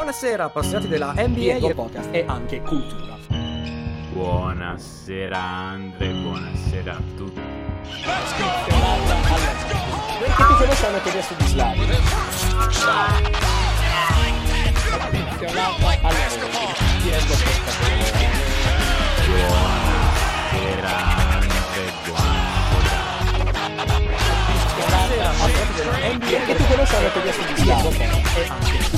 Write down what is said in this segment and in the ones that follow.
Buonasera appassionati della NBA e podcast e anche cultura. Buonasera Andre, buonasera a tutti. Let's go! Perché tu conosci una teoria su Islam? Buonasera Andre, buonasera. Perché tu conosci una teoria su Islam? E anche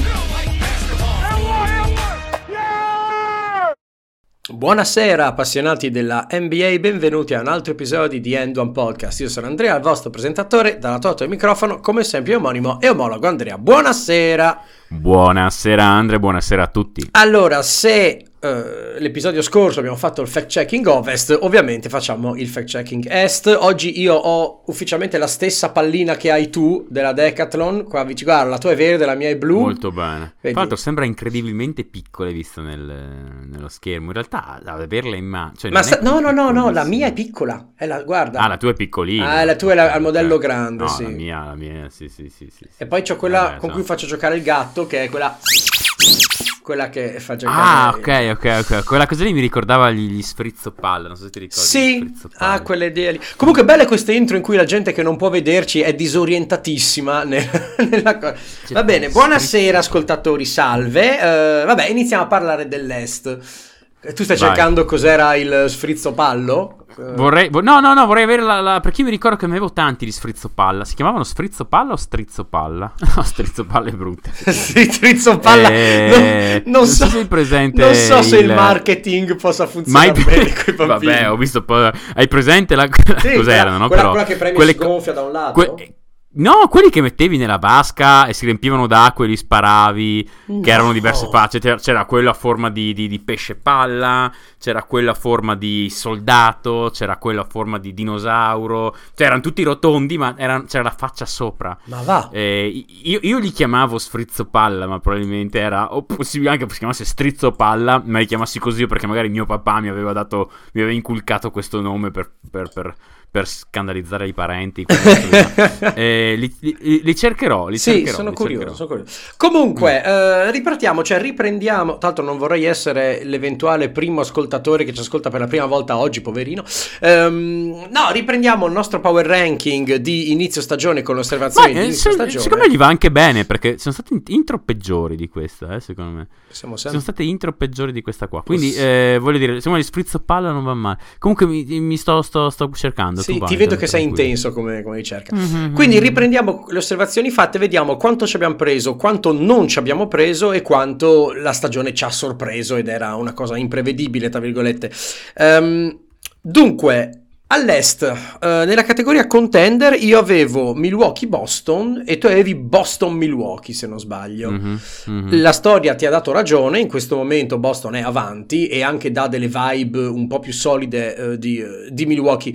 Buonasera appassionati della NBA, benvenuti a un altro episodio di End One Podcast. Io sono Andrea, il vostro presentatore, dalla toto al microfono, come sempre omonimo e omologo Andrea. Buonasera! Buonasera Andre, buonasera a tutti. Allora, se l'episodio scorso abbiamo fatto il fact checking ovest, ovviamente facciamo il fact checking est. Oggi io ho ufficialmente la stessa pallina che hai tu della Decathlon, qua guarda, la tua è verde, la mia è blu. Molto bene. Tra l'altro sembra incredibilmente piccole visto nello schermo, in realtà ad averla in mano, cioè, no, la mia è piccola, guarda. Ah, la tua è piccolina. La tua è al modello grande, no, sì. La mia, sì. E poi c'ho quella con cui faccio giocare il gatto, che è quella che fa giocare. Ah, ok. Quella cosa lì mi ricordava gli sfrizzopalla, non so se ti ricordi. Sì, quelle idee lì. Comunque belle queste intro in cui la gente che non può vederci è disorientatissima nella cosa. Va bene, buonasera ascoltatori, salve. Vabbè, iniziamo a parlare dell'est. Tu stai cercando cos'era il sfrizzopallo? Vorrei avere perché io mi ricordo che ne avevo tanti di sfrizzopalla. Si chiamavano sfrizzopalla o strizzopalla? No, strizzopalla è brutta. Strizzopalla. Non so se sei presente. Non so se il marketing possa funzionare bene con i bambini. Vabbè, ho visto. Hai presente cos'erano, no? Quella che premi e sgonfia da un lato. No, quelli che mettevi nella vasca e si riempivano d'acqua e li sparavi, che erano diverse facce. C'era quella a forma di pesce palla, c'era quella a forma di soldato, c'era quella a forma di dinosauro. Cioè erano tutti rotondi, ma c'era la faccia sopra. Ma va! Io li chiamavo sfrizzopalla, ma probabilmente era, o possibile anche si chiamasse strizzopalla, ma li chiamassi così perché magari mio papà mi aveva inculcato questo nome per scandalizzare i parenti. Li cercherò. Sono curioso. Comunque, riprendiamo. Tra l'altro non vorrei essere l'eventuale primo ascoltatore che ci ascolta per la prima volta oggi, poverino. Riprendiamo il nostro power ranking di inizio stagione con le osservazioni di inizio stagione. Secondo me gli va anche bene, perché sono state intro peggiori di questa, secondo me. Sono state intro peggiori di questa qua. Quindi, voglio dire, secondo me gli sfrizzopalla non va male. Comunque mi sto cercando. Sì, ti vedo che sei intenso come ricerca. Quindi riprendiamo le osservazioni fatte, vediamo quanto ci abbiamo preso, quanto non ci abbiamo preso e quanto la stagione ci ha sorpreso ed era una cosa imprevedibile, tra virgolette. Dunque, all'est, nella categoria contender, io avevo Milwaukee-Boston e tu avevi Boston-Milwaukee, se non sbaglio. La storia ti ha dato ragione, in questo momento Boston è avanti e anche dà delle vibe un po' più solide di Milwaukee.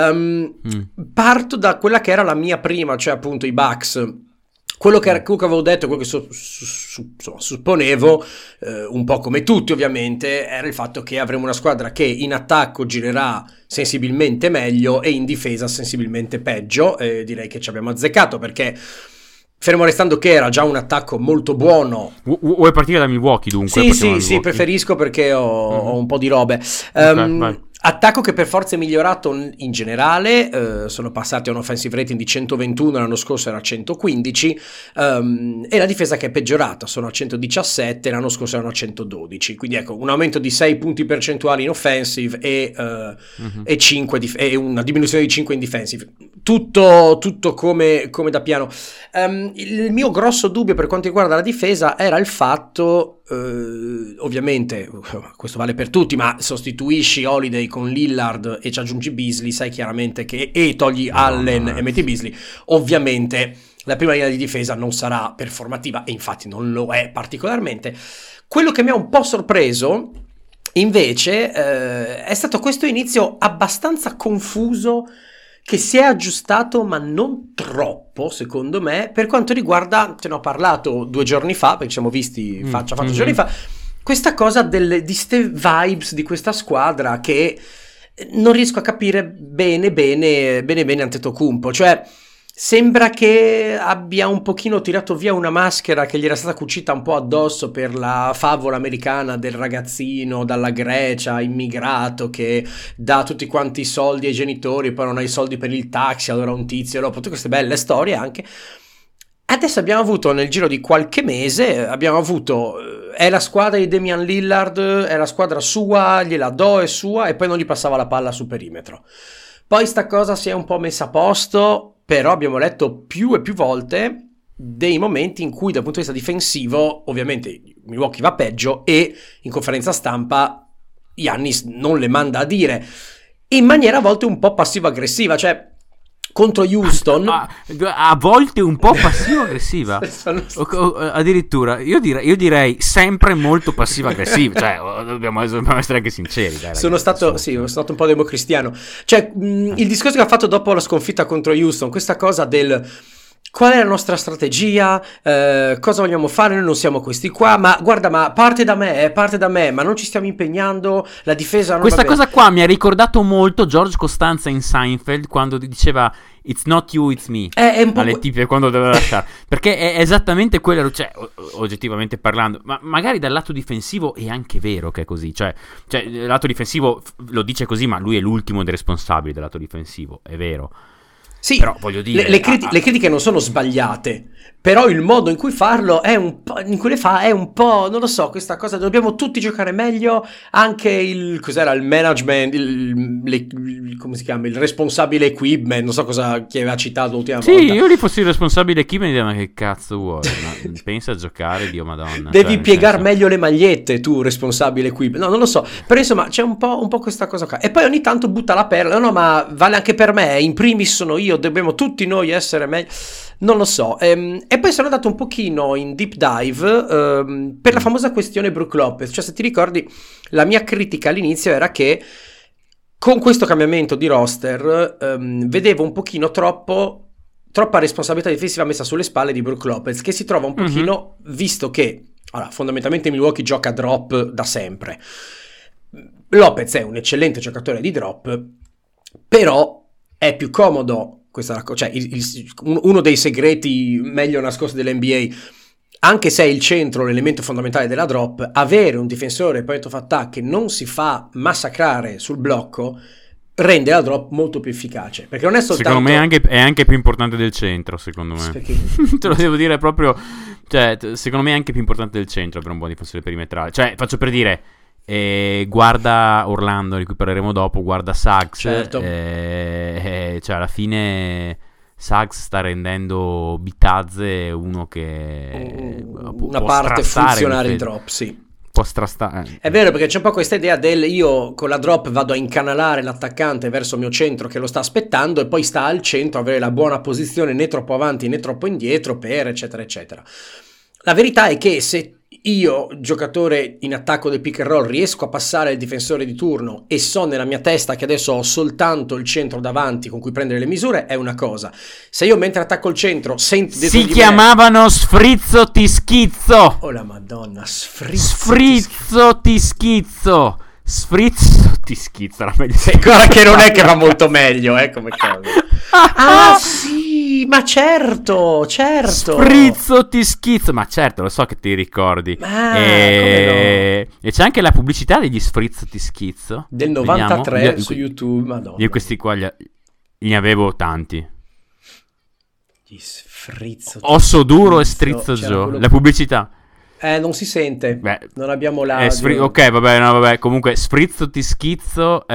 Parto da quella che era la mia prima, cioè appunto i Bucks. Quello che avevo detto, quello che supponevo, un po' come tutti ovviamente, era il fatto che avremo una squadra che in attacco girerà sensibilmente meglio e in difesa sensibilmente peggio. Direi che ci abbiamo azzeccato, perché fermo restando che era già un attacco molto buono. Vuoi partire da Milwaukee dunque? Sì, preferisco perché ho un po' di robe. Vai. Attacco che per forza è migliorato in generale, sono passati a un offensive rating di 121, l'anno scorso era 115, e la difesa che è peggiorata, sono a 117, l'anno scorso erano a 112, quindi ecco un aumento di 6 punti percentuali in offensive e una diminuzione di 5 in defensive, tutto come da piano. Il mio grosso dubbio per quanto riguarda la difesa era il fatto, ovviamente questo vale per tutti, ma sostituisci Holiday con Lillard e ci aggiungi Beasley, sai chiaramente che togli Allen e metti Beasley, ovviamente la prima linea di difesa non sarà performativa e infatti non lo è particolarmente. Quello che mi ha un po' sorpreso invece è stato questo inizio abbastanza confuso che si è aggiustato ma non troppo secondo me per quanto riguarda, te ne ho parlato 2 giorni fa perché ci siamo visti faccia a faccia giorni fa, questa cosa di ste vibes di questa squadra che non riesco a capire bene Antetokounmpo, cioè sembra che abbia un pochino tirato via una maschera che gli era stata cucita un po' addosso per la favola americana del ragazzino dalla Grecia, immigrato, che dà tutti quanti i soldi ai genitori, poi non ha i soldi per il taxi, allora un tizio, dopo tutte queste belle storie anche. Adesso abbiamo avuto, nel giro di qualche mese, è la squadra di Damian Lillard, è la squadra sua, gliela do, è sua, e poi non gli passava la palla sul perimetro. Poi sta cosa si è un po' messa a posto, però abbiamo letto più e più volte dei momenti in cui dal punto di vista difensivo, ovviamente Milwaukee va peggio, e in conferenza stampa Giannis non le manda a dire, in maniera a volte un po' passivo-aggressiva, cioè contro Houston a volte un po' passivo-aggressiva. Addirittura io direi sempre molto passivo-aggressiva, cioè dobbiamo essere anche sinceri, dai, sono stato un po' democristiano, cioè il discorso che ha fatto dopo la sconfitta contro Houston, questa cosa del qual è la nostra strategia, cosa vogliamo fare, noi non siamo questi qua, ma guarda, ma parte da me, ma non ci stiamo impegnando, la difesa non questa cosa qua mi ha ricordato molto George Costanza in Seinfeld, quando diceva "It's not you, it's me", è un po' alle tipe quando doveva lasciare, perché è esattamente quello, cioè oggettivamente parlando, ma magari dal lato difensivo è anche vero che è così, cioè il lato difensivo lo dice così, ma lui è l'ultimo dei responsabili del lato difensivo, è vero. Sì, però voglio dire, le critiche non sono sbagliate, però il modo in cui farlo è un po', in cui le fa è un po', non lo so, questa cosa, dobbiamo tutti giocare meglio, anche il management, come si chiama, il responsabile equipment, non so cosa chi aveva citato l'ultima volta. Sì, io lì fossi il responsabile equipment e dico, ma che cazzo vuoi? Ma pensa a giocare, Dio madonna. Devi piegare meglio le magliette, tu responsabile equipment, no, non lo so, però insomma c'è un po' questa cosa qua, e poi ogni tanto butta la perla, no, ma vale anche per me, in primis sono io, dobbiamo tutti noi essere meglio, non lo so, e poi sono andato un pochino in deep dive per la famosa questione Brook Lopez, cioè se ti ricordi la mia critica all'inizio era che con questo cambiamento di roster vedevo un pochino troppa responsabilità difensiva messa sulle spalle di Brook Lopez, che si trova un pochino, visto che allora, fondamentalmente Milwaukee gioca a drop da sempre, Lopez è un eccellente giocatore di drop, però è più comodo, cioè uno dei segreti meglio nascosti dell'NBA, anche se è il centro, l'elemento fondamentale della drop, avere un difensore point of attack che non si fa massacrare sul blocco rende la drop molto più efficace, perché non è soltanto, secondo me è anche più importante del centro, secondo me. Perché? Te lo devo dire proprio, cioè secondo me è anche più importante del centro per un buon difensore perimetrale, cioè faccio per dire, guarda Orlando, di cui parleremo dopo, guarda Suggs, certo. Cioè alla fine Suggs sta rendendo Bitadze uno che una parte funzionale in drop, sì. Può strastare. È vero, perché c'è un po' questa idea del io con la drop vado a incanalare l'attaccante verso il mio centro che lo sta aspettando, e poi sta al centro avere la buona posizione né troppo avanti né troppo indietro per eccetera eccetera. La verità è che se io, giocatore in attacco del pick and roll, riesco a passare il difensore di turno e so nella mia testa che adesso ho soltanto il centro davanti con cui prendere le misure, è una cosa. Se io mentre attacco il centro sento dietro si chiamavano sfrizzo ti schizzo. Oh la madonna, sfrizzo ti schizzo. Sfrizzo ti schizzo, la meglio. Guarda che non è che va molto meglio, come cosa. Ah sì, ma certo. Sfrizzo ti schizzo, ma certo, lo so che ti ricordi. Come no? E c'è anche la pubblicità degli Sfrizzo ti schizzo del 93. Vediamo. Su YouTube, madonna. Io questi qua ne avevo tanti. Gli Sfrizzo Osso duro e Strizzo Joe, la pubblicità. Non si sente. Beh, non abbiamo la. Ok, vabbè. Comunque, Sfrizzo ti schizzo.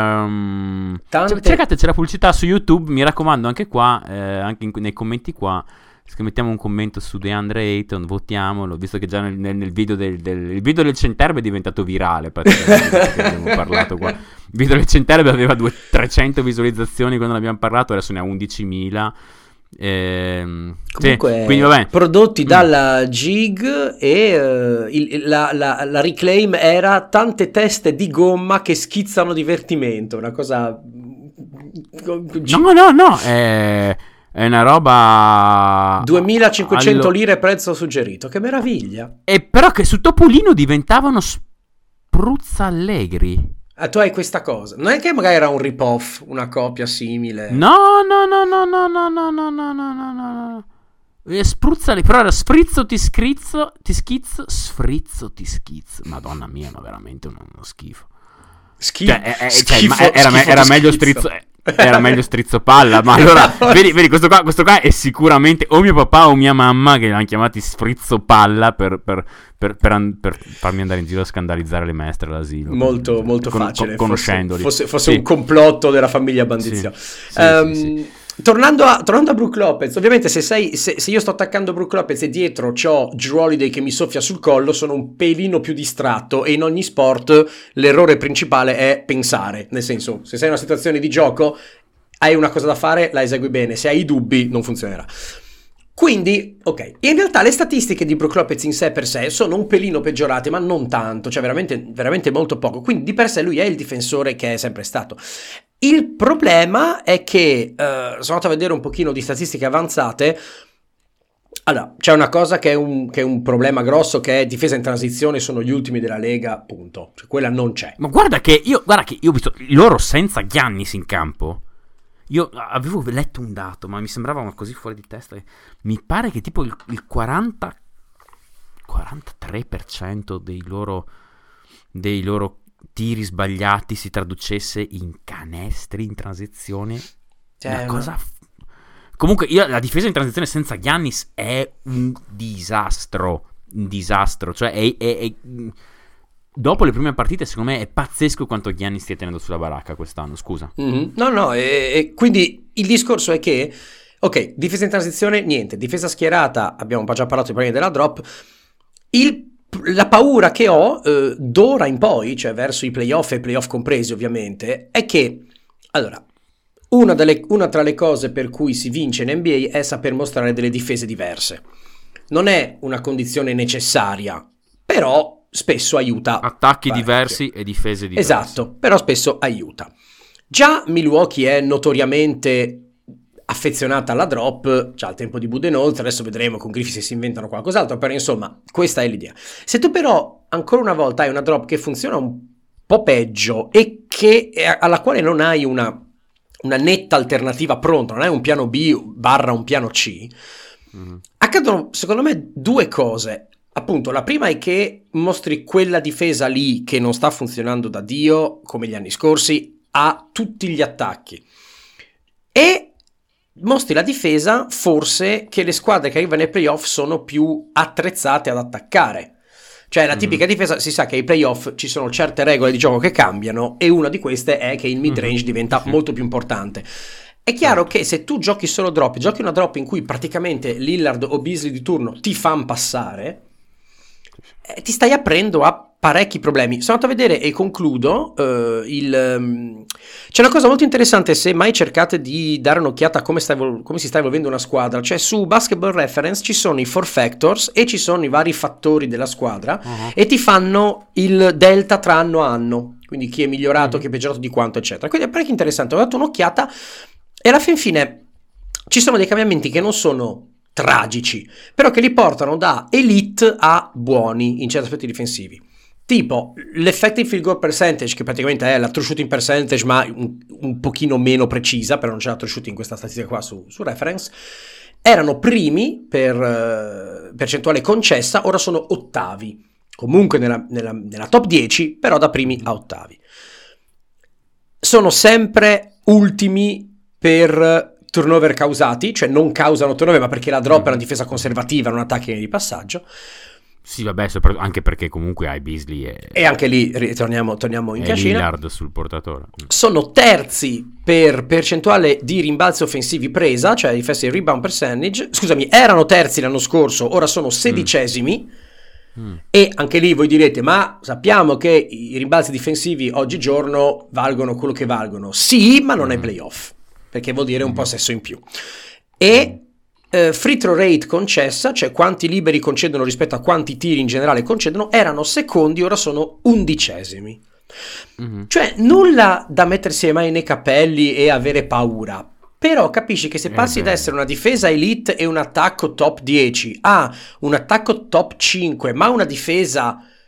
Cercate, c'è la pubblicità su YouTube. Mi raccomando, anche qua, anche nei commenti qua. Se mettiamo un commento su DeAndre Ayton, votiamolo. Visto che già nel video il video del Centerbe è diventato virale. Praticamente, che abbiamo parlato qua. Il video del Centerbe aveva 300 visualizzazioni quando ne abbiamo parlato, adesso ne ha 11.000. Comunque, quindi, vabbè. Prodotti dalla GIG e la reclaim era tante teste di gomma che schizzano divertimento, una cosa no, è una roba 2500 lire prezzo suggerito, che meraviglia. E però che su Topolino diventavano Spruzza Allegri. Tu hai questa cosa. Non è che magari era un rip-off, una copia simile. No. Spruzzali, però era sprizzo ti schizzo, sfrizzo ti schizzo. Madonna mia, ma veramente uno schifo. Era meglio strizzo. Era meglio strizzo palla, ma allora vedi questo qua è sicuramente o mio papà o mia mamma che l'hanno chiamati sfrizzo palla per farmi andare in giro a scandalizzare le maestre all'asilo. Molto facile, conoscendoli. Fosse un complotto della famiglia Bandizio. Sì. Tornando a Brook Lopez, ovviamente se io sto attaccando Brook Lopez e dietro c'ho Jrue Holiday che mi soffia sul collo, sono un pelino più distratto, e in ogni sport l'errore principale è pensare, nel senso, se sei in una situazione di gioco hai una cosa da fare, la esegui bene, se hai dubbi non funzionerà. Quindi, ok, in realtà le statistiche di Brook Lopez in sé per sé sono un pelino peggiorate, ma non tanto, cioè veramente molto poco, quindi di per sé lui è il difensore che è sempre stato. Il problema è che, sono andato a vedere un pochino di statistiche avanzate. Allora, c'è una cosa che è un problema grosso, che è difesa in transizione, sono gli ultimi della Lega, punto. Cioè, quella non c'è. Ma guarda che io ho visto loro senza Giannis in campo. Io avevo letto un dato, ma mi sembrava così fuori di testa. Mi pare che tipo il 43% dei loro tiri sbagliati si traducesse in canestri in transizione. Una cosa comunque la difesa in transizione senza Giannis è un disastro, cioè è dopo le prime partite secondo me è pazzesco quanto Giannis stia tenendo sulla baracca quest'anno, scusa. No, e quindi il discorso è che ok, difesa in transizione niente, difesa schierata abbiamo già parlato prima della drop. La paura che ho d'ora in poi, cioè verso i playoff e playoff compresi ovviamente, è che, allora, una tra le cose per cui si vince in NBA è saper mostrare delle difese diverse. Non è una condizione necessaria, però spesso aiuta. Attacchi diversi e difese diverse. Esatto, però spesso aiuta. Già Milwaukee è notoriamente affezionata alla drop, già al tempo di Budenholzer, adesso vedremo con Griffith se si inventano qualcos'altro, però insomma questa è l'idea. Se tu però ancora una volta hai una drop che funziona un po' peggio e alla quale non hai una netta alternativa pronta, non hai un piano B / un piano C, accadono secondo me due cose. Appunto, la prima è che mostri quella difesa lì che non sta funzionando da Dio come gli anni scorsi a tutti gli attacchi, e mostri la difesa forse che le squadre che arrivano ai playoff sono più attrezzate ad attaccare. Cioè la tipica difesa, si sa che ai playoff ci sono certe regole di gioco che cambiano, e una di queste è che il mid-range diventa molto più importante. È chiaro che se tu giochi solo drop, giochi una drop in cui praticamente Lillard o Beasley di turno ti fanno passare, ti stai aprendo a parecchi problemi. Sono andato a vedere e concludo c'è una cosa molto interessante, se mai cercate di dare un'occhiata a come si sta evolvendo una squadra, cioè su Basketball Reference ci sono i 4 factors e ci sono i vari fattori della squadra, e ti fanno il delta tra anno a anno, quindi chi è migliorato, chi è peggiorato di quanto, eccetera. Quindi è parecchio interessante. Ho dato un'occhiata e alla fin fine ci sono dei cambiamenti che non sono tragici, però che li portano da elite a buoni in certi aspetti difensivi. Tipo l'effective field goal percentage, che praticamente è la true shooting percentage ma un pochino meno precisa, però non c'è la true shooting in questa statistica qua su Reference, erano primi per percentuale concessa, ora sono ottavi, comunque nella top 10, però da primi a ottavi. Sono sempre ultimi per turnover causati, cioè non causano turnover, ma perché la drop è una difesa conservativa, non attacchi di passaggio. Sì, vabbè, anche perché comunque hai Beasley e anche lì torniamo in cascina. Lillard sul portatore. Sono terzi per percentuale di rimbalzi offensivi presa, cioè defensive rebound percentage. Scusami, erano terzi l'anno scorso, ora sono sedicesimi. E anche lì voi direte, ma sappiamo che i rimbalzi difensivi oggigiorno valgono quello che valgono. Sì, ma non è playoff, perché vuol dire un possesso in più. E free throw rate concessa, cioè quanti liberi concedono rispetto a quanti tiri in generale concedono, erano secondi, ora sono undicesimi. Cioè nulla da mettersi le mani nei capelli e avere paura, però capisci che se passi da essere una difesa elite e un attacco top 10 a un attacco top 5 ma una difesa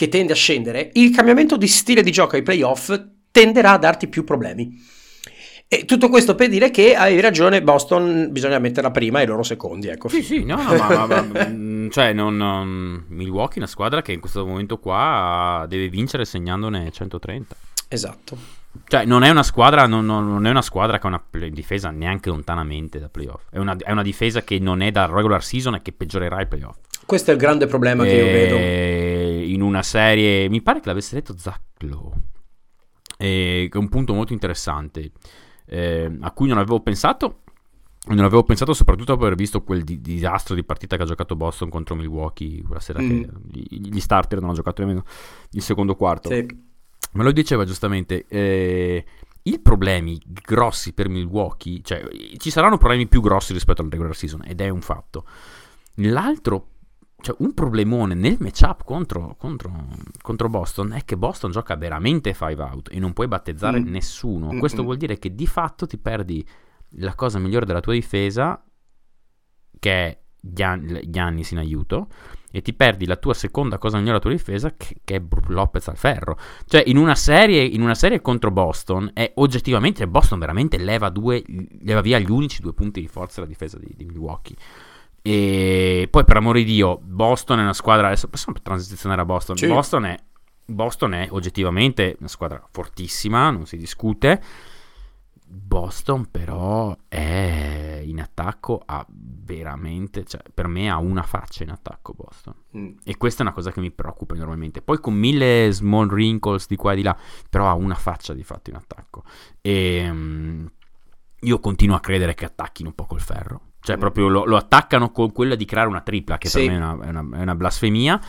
che tende a scendere, il cambiamento di stile di gioco ai playoff tenderà a darti più problemi. E tutto questo per dire che hai ragione, Boston bisogna metterla prima e loro secondi, ecco. Sì, no, cioè Milwaukee è una squadra che in questo momento qua deve vincere segnandone 130. Esatto. Cioè non è una squadra non è una squadra che ha una difesa neanche lontanamente da playoff. È una difesa che non è da regular season e che peggiorerà i playoff. Questo è il grande problema che io vedo. In una serie, mi pare che l'avesse detto Zach Lowe, che è un punto molto interessante, a cui non avevo pensato soprattutto per aver visto quel disastro di partita che ha giocato Boston contro Milwaukee quella sera, che gli starter non hanno giocato nemmeno il secondo quarto. Sì. Me lo diceva giustamente, i problemi grossi per Milwaukee, cioè ci saranno problemi più grossi rispetto al regular season, ed è un fatto. L'altro, cioè un problemone nel matchup contro Boston è che Boston gioca veramente 5 out e non puoi battezzare nessuno. Questo vuol dire che di fatto ti perdi la cosa migliore della tua difesa, che è Giannis in aiuto, e ti perdi la tua seconda cosa migliore della tua difesa, che è Brook Lopez al ferro. Cioè in una serie contro Boston è oggettivamente Boston veramente leva via gli unici 2 punti di forza della difesa di Milwaukee. E poi, per amore di Dio, Boston è una squadra, adesso possiamo transizionare a Boston. Sì. Boston è oggettivamente una squadra fortissima, non si discute. Boston però è in attacco, ha veramente, cioè per me ha una faccia in attacco Boston, e questa è una cosa che mi preoccupa enormemente. Poi con 1000 small wrinkles di qua e di là, però ha una faccia di fatto in attacco, e io continuo a credere che attacchino un po' col ferro. Cioè proprio lo attaccano con quella di creare una tripla, che per me è una blasfemia.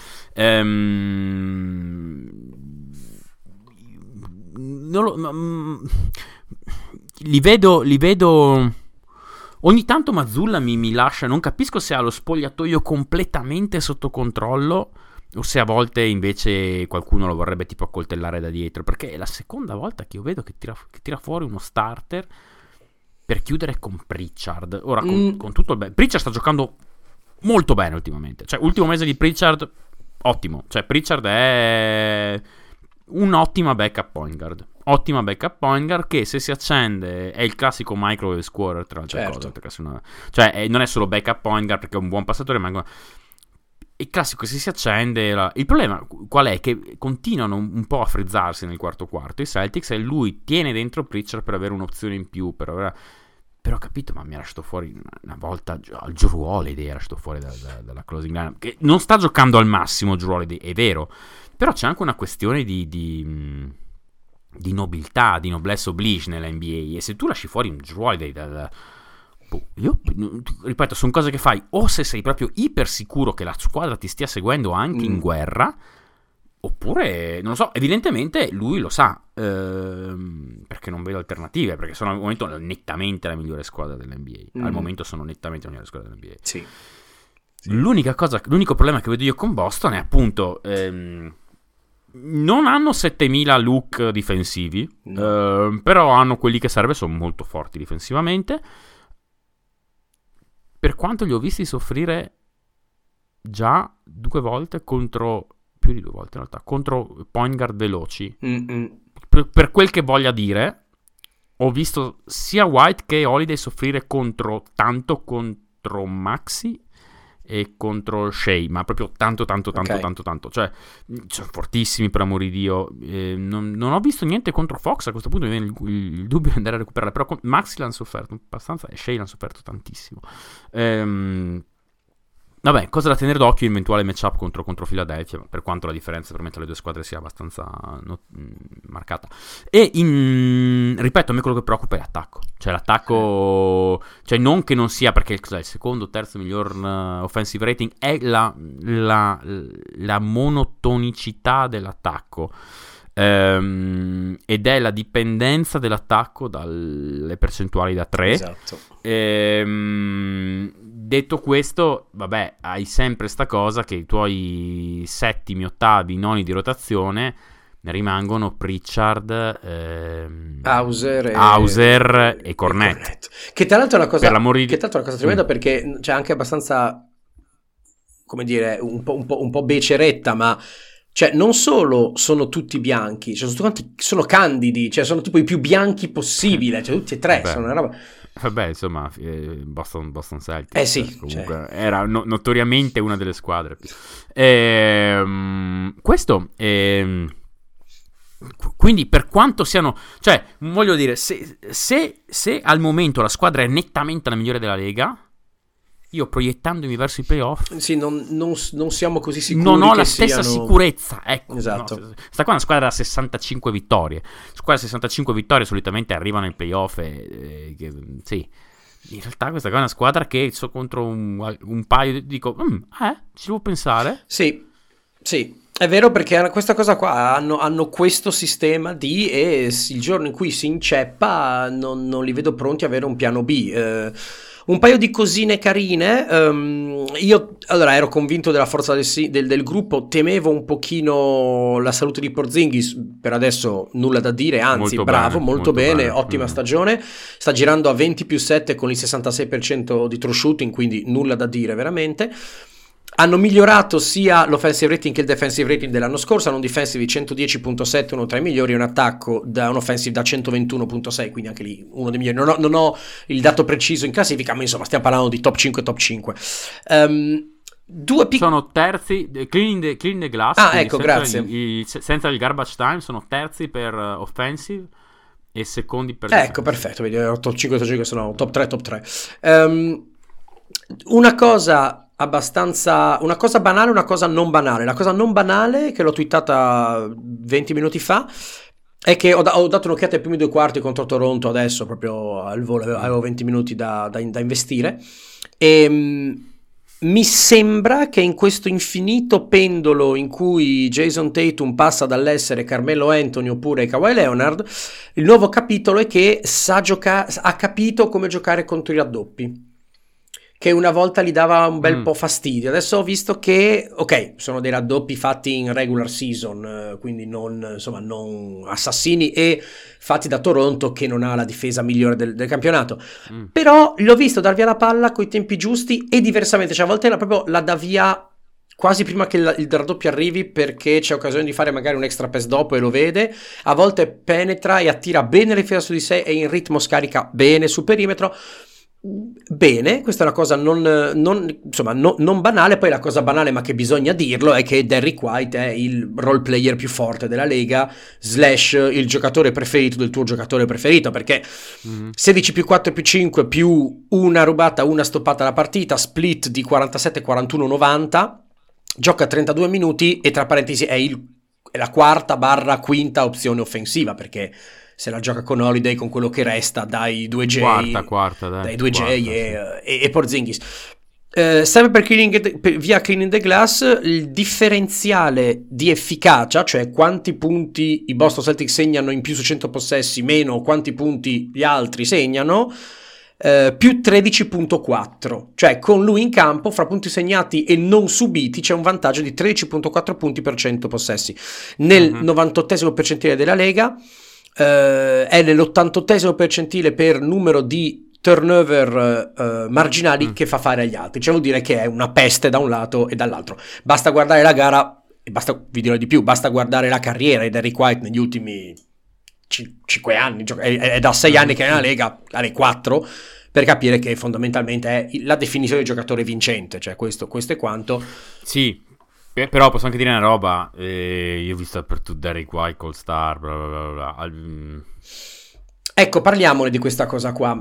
Li vedo. Ogni tanto Mazzulla mi lascia. Non capisco se ha lo spogliatoio completamente sotto controllo o se a volte invece qualcuno lo vorrebbe tipo accoltellare da dietro, perché è la seconda volta che io vedo che tira fuori uno starter per chiudere con Pritchard. Ora con tutto il bene, Pritchard sta giocando molto bene ultimamente. Cioè ultimo mese di Pritchard ottimo. Cioè Pritchard è un'ottima backup point guard. Ottima backup point guard che, se si accende, è il classico microwave scorer, tra le altre cose, perché cioè non è solo backup point guard perché è un buon passatore, ma il classico, se si accende. Il problema qual è? Che continuano un po' a frizzarsi nel quarto i Celtics, e lui tiene dentro Pritchard per avere un'opzione in più, però capito, ma mi ha lasciato fuori una volta al Jrue Holiday, ha lasciato fuori dalla closing line, che non sta giocando al massimo Jrue Holiday, è vero, però c'è anche una questione di nobiltà, di noblesse oblige nella NBA, e se tu lasci fuori un Jrue Holiday io ripeto, sono cose che fai o se sei proprio iper sicuro che la squadra ti stia seguendo anche in guerra, oppure non lo so, evidentemente lui lo sa, perché non vedo alternative, perché sono al momento nettamente la migliore squadra dell'NBA. Al momento sono nettamente la migliore squadra dell'NBA. Sì. L'unico problema che vedo io con Boston è appunto non hanno 7000 look difensivi, però hanno quelli che serve, sono molto forti difensivamente. Per quanto li ho visti soffrire già 2 volte contro, più di 2 volte in realtà, contro point guard veloci. Per quel che voglia dire, ho visto sia White che Holiday soffrire tanto contro Maxi e contro Shea, ma proprio tanto. Cioè, sono fortissimi, per amor di Dio. Non ho visto niente contro Fox. A questo punto mi viene il dubbio di andare a recuperare, però Maxi l'hanno sofferto abbastanza e Shea l'hanno sofferto tantissimo. Vabbè, cosa da tenere d'occhio, eventuale matchup contro Philadelphia, per quanto la differenza per me tra le due squadre sia abbastanza marcata. E ripeto, a me quello che preoccupa è l'attacco. Cioè l'attacco, cioè non che non sia, perché il secondo, terzo miglior offensive rating, è la monotonicità dell'attacco. Ed è la dipendenza dell'attacco dalle percentuali da 3. Esatto. Detto questo, vabbè, hai sempre sta cosa che i tuoi settimi, ottavi, noni di rotazione ne rimangono Pritchard, Hauser e Cornet. Che tra l'altro è una cosa tremenda, perché c'è anche abbastanza, come dire, un po' beceretta, ma Cioè, non solo sono tutti bianchi, cioè, tutti quanti sono candidi, cioè, sono tipo i più bianchi possibile, cioè, tutti e tre, sono una roba... Vabbè, insomma, Boston Celtics sì, comunque cioè... era notoriamente una delle squadre. Questo... quindi per quanto siano... Cioè, voglio dire, se al momento la squadra è nettamente la migliore della Lega... Io proiettandomi verso i playoff, sì, non siamo così sicuri. Non ho che la stessa siano... sicurezza. Ecco, esatto. No, sta qua è una squadra da 65 vittorie. Squadra da 65 vittorie solitamente arrivano ai playoff. Sì, in realtà questa qua è una squadra che contro un paio. Dico, ci devo pensare. Sì. È vero, perché questa cosa qua hanno questo sistema e il giorno in cui si inceppa non li vedo pronti a avere un piano B. Un paio di cosine carine. Io allora ero convinto della forza del gruppo, temevo un pochino la salute di Porzingis, per adesso nulla da dire, anzi molto bravo, bene, molto bene, ottima stagione, sta girando a 20+7 con il 66% di true shooting, quindi nulla da dire veramente. Hanno migliorato sia l'offensive rating che il defensive rating dell'anno scorso, hanno un defensive di 110.7, uno tra i migliori, e un attacco da un offensive da 121.6, quindi anche lì uno dei migliori. Non ho il dato preciso in classifica, ma insomma stiamo parlando di top 5, top 5. Sono terzi, cleaning the glass. Ecco, grazie. Senza il garbage time sono terzi per offensive e secondi per ecco, perfetto, vedi, top 5, top 5, sono top 3, top 3. Una cosa banale, una cosa non banale. La cosa non banale, che l'ho twittata 20 minuti fa, è che ho dato un'occhiata ai primi due quarti contro Toronto adesso, proprio al volo, avevo 20 minuti da investire, e mi sembra che in questo infinito pendolo in cui Jason Tatum passa dall'essere Carmelo Anthony oppure Kawhi Leonard, il nuovo capitolo è che ha capito come giocare contro i raddoppi, che una volta gli dava un bel po' fastidio. Adesso ho visto che, ok, sono dei raddoppi fatti in regular season, quindi non assassini, e fatti da Toronto, che non ha la difesa migliore del campionato. Però l'ho visto dar via la palla coi tempi giusti e diversamente, cioè a volte la dà via quasi prima che il raddoppio arrivi, perché c'è occasione di fare magari un extra pass dopo e lo vede. A volte penetra e attira bene le fila su di sé e in ritmo scarica bene sul perimetro. Bene, questa è una cosa non banale. Poi la cosa banale, ma che bisogna dirlo, è che Derrick White è il role player più forte della Lega / il giocatore preferito del tuo giocatore preferito, perché 16+4+5 più una rubata, una stoppata alla partita, split di 47-41-90, gioca 32 minuti e tra parentesi è la quarta/quinta opzione offensiva, perché se la gioca con Holiday, con quello che resta dai 2J, quarta, dai 2J e Porzingis. Sempre via cleaning the glass, il differenziale di efficacia, cioè quanti punti i Boston Celtics segnano in più su 100 possessi, meno quanti punti gli altri segnano, più 13.4, cioè con lui in campo fra punti segnati e non subiti c'è un vantaggio di 13.4 punti per 100 possessi nel 98esimo percentile della Lega. È nell'88esimo percentile per numero di turnover marginali che fa fare agli altri, cioè vuol dire che è una peste da un lato e dall'altro. Basta guardare la gara e vi dirò di più, basta guardare la carriera di Derrick White negli ultimi 5 anni, è da 6 anni che è nella Lega, alle 4, per capire che fondamentalmente è la definizione di giocatore vincente, cioè questo è quanto. Sì, però posso anche dire una roba, io ho visto dappertutto Derrick White, All Star, bla bla bla bla. Ecco, parliamone di questa cosa qua.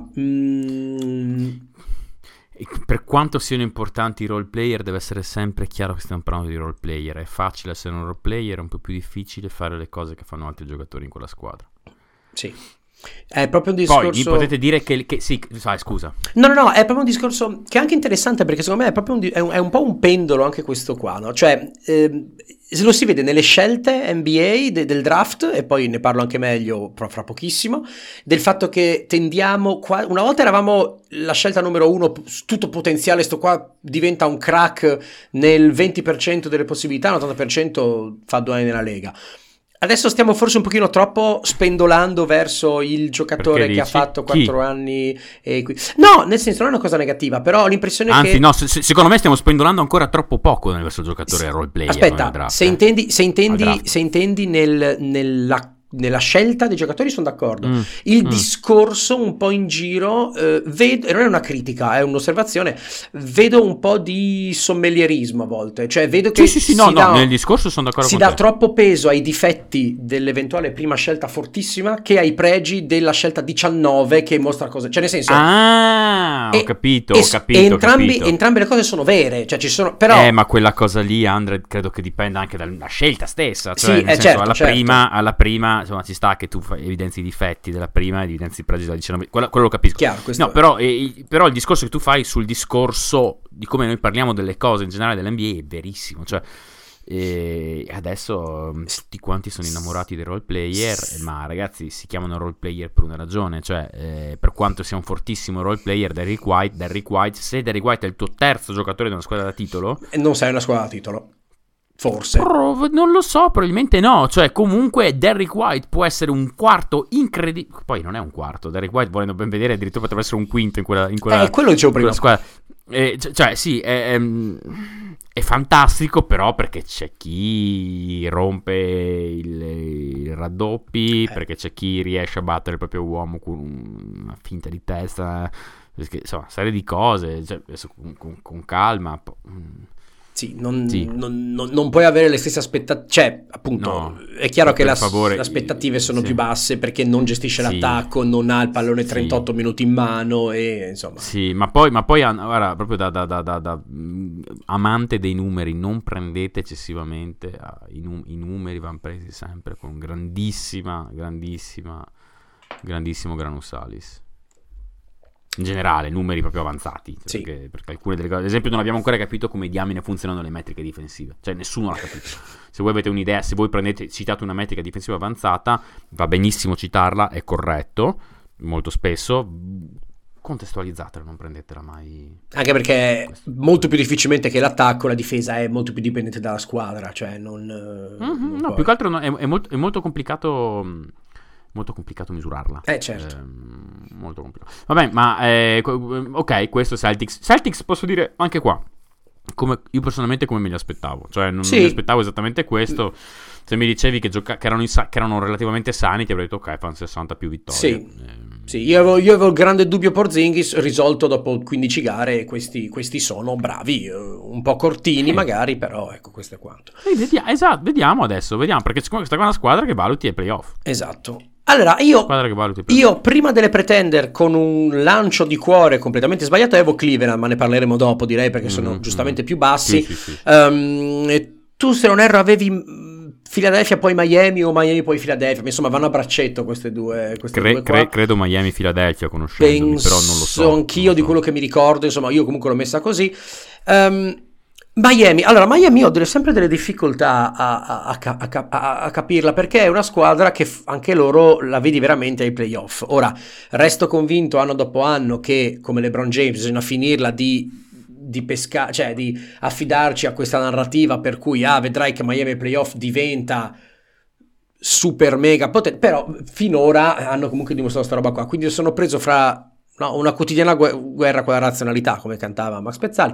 Per quanto siano importanti i role player, deve essere sempre chiaro che stiamo parlando di role player. È facile essere un role player, è un po' più difficile fare le cose che fanno altri giocatori in quella squadra. Sì. È proprio un discorso. Poi mi potete dire che sì, scusa. No, è proprio un discorso che è anche interessante, perché secondo me è proprio è un po' un pendolo anche questo qua, no? Cioè, se lo si vede nelle scelte NBA del draft, e poi ne parlo anche meglio fra pochissimo, del fatto che tendiamo una volta eravamo la scelta numero 1, tutto potenziale, sto qua diventa un crack nel 20% delle possibilità, l'80% fa 2 anni nella Lega. Adesso stiamo forse un pochino troppo spendolando verso il giocatore che ha fatto 4 anni no, nel senso non è una cosa negativa, però ho l'impressione anzi, che... no, secondo me stiamo spendolando ancora troppo poco verso il giocatore role player. Aspetta, se intendi nella scelta dei giocatori sono d'accordo. Il discorso un po' in giro vedo, e non è una critica, è un'osservazione, vedo un po' di sommelierismo a volte, cioè vedo che nel discorso sono d'accordo si dà troppo peso ai difetti dell'eventuale prima scelta fortissima che ai pregi della scelta 19 che mostra cose, cioè nel senso ho capito. Entrambe le cose sono vere, cioè ci sono, però ma quella cosa lì, Andre, credo che dipenda anche dalla scelta stessa, cioè sì, nel senso, certo. alla prima insomma ci sta che tu evidenzi i difetti della prima e evidenzi i pregi della 19, quello lo capisco. Chiaro, no, però il discorso che tu fai sul discorso di come noi parliamo delle cose in generale dell'NBA è verissimo, cioè adesso tutti quanti sono innamorati dei role player, ma ragazzi si chiamano role player per una ragione, cioè per quanto sia un fortissimo role player Derrick White, se Derrick White è il tuo terzo giocatore di una squadra da titolo, non sei una squadra da titolo. Forse non lo so, probabilmente no, cioè comunque Derrick White può essere un quarto incredibile, poi non è un quarto, Derrick White volendo ben vedere addirittura potrebbe essere un quinto in quella quello dicevo prima squadra, cioè sì, è fantastico, però perché c'è chi rompe i raddoppi, perché c'è chi riesce a battere il proprio uomo con una finta di testa, perché insomma serie di cose, cioè, con calma. Sì, non puoi avere le stesse aspettative, cioè appunto no, è chiaro che le favore, aspettative sono più basse perché non gestisce l'attacco, non ha il pallone 38 minuti in mano e insomma. Sì, ma poi guarda, proprio da amante dei numeri, non prendete eccessivamente, i numeri vanno presi sempre con grandissimo Granusalis. In generale, numeri proprio avanzati, sì. perché alcune delle cose, ad esempio, non abbiamo ancora capito come diamine funzionano le metriche difensive, cioè nessuno l'ha capito. Se voi avete un'idea, se voi citate una metrica difensiva avanzata, va benissimo citarla, è corretto, molto spesso, contestualizzatela, non prendetela mai. Anche perché molto più difficilmente che l'attacco, la difesa è molto più dipendente dalla squadra, cioè non più che altro è molto complicato. Molto complicato misurarla. Certo. Molto complicato. Vabbè, ma ok, questo Celtics posso dire anche qua. Io personalmente come me li aspettavo. Cioè non mi aspettavo esattamente questo. Se mi dicevi che erano relativamente sani, ti avrei detto ok, fanno 60 più vittorie. Sì, io avevo il grande dubbio Porzingis risolto dopo 15 gare e questi sono bravi, un po' cortini magari, però ecco, questo è quanto. Vediamo adesso, perché questa è una squadra che valuti ai playoff. Esatto. Allora, io prima delle Pretender con un lancio di cuore completamente sbagliato avevo Cleveland, ma ne parleremo dopo, direi, perché sono giustamente più bassi. Sì. E tu, se non erro, avevi Philadelphia poi Miami o Miami poi Philadelphia, insomma vanno a braccetto queste due qua. Credo Miami Philadelphia, conoscendomi, però non lo so. Anch'io di quello che mi ricordo, insomma io comunque l'ho messa così. Miami ho sempre delle difficoltà a capirla, perché è una squadra che anche loro la vedi veramente ai playoff. Ora resto convinto anno dopo anno che come LeBron James bisogna finirla di pescare, cioè di affidarci a questa narrativa per cui vedrai che Miami ai playoff diventa super mega potente, però finora hanno comunque dimostrato sta roba qua, quindi sono preso fra una quotidiana guerra con la razionalità, come cantava Max Pezzali.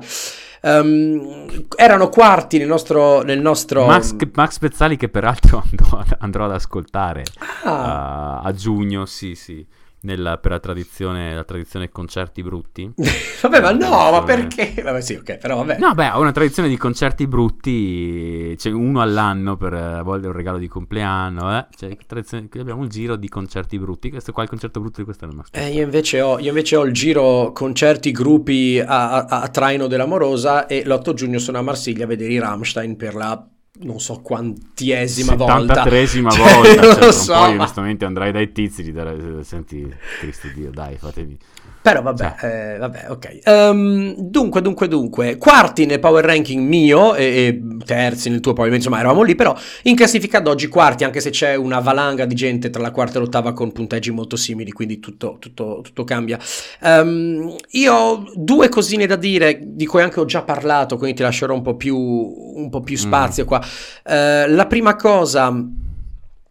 Erano quarti nel nostro Max Pezzali, che peraltro andrò ad ascoltare a giugno, sì, per la tradizione concerti brutti. Vabbè, ma no, ma perché? Vabbè, sì, ok, però vabbè. No, beh, ho una tradizione di concerti brutti, c'è uno all'anno per a volte un regalo di compleanno, abbiamo il giro di concerti brutti. Questo qua è il concerto brutto di quest'anno. Io invece ho il giro concerti gruppi a traino dell'amorosa, e l'8 giugno sono a Marsiglia a vedere i Rammstein per la non so quantiesima volta, 73esima volta, non certo, lo so, poi onestamente andrai dai tizi di dare, senti, Cristo Dio, dai, fatemi. Però vabbè, ok. Dunque, quarti nel power ranking mio e terzi nel tuo, poi insomma eravamo lì, però in classifica ad oggi quarti, anche se c'è una valanga di gente tra la quarta e l'ottava con punteggi molto simili, quindi tutto cambia. Io ho due cosine da dire, di cui anche ho già parlato, quindi ti lascerò un po' più spazio qua. La prima cosa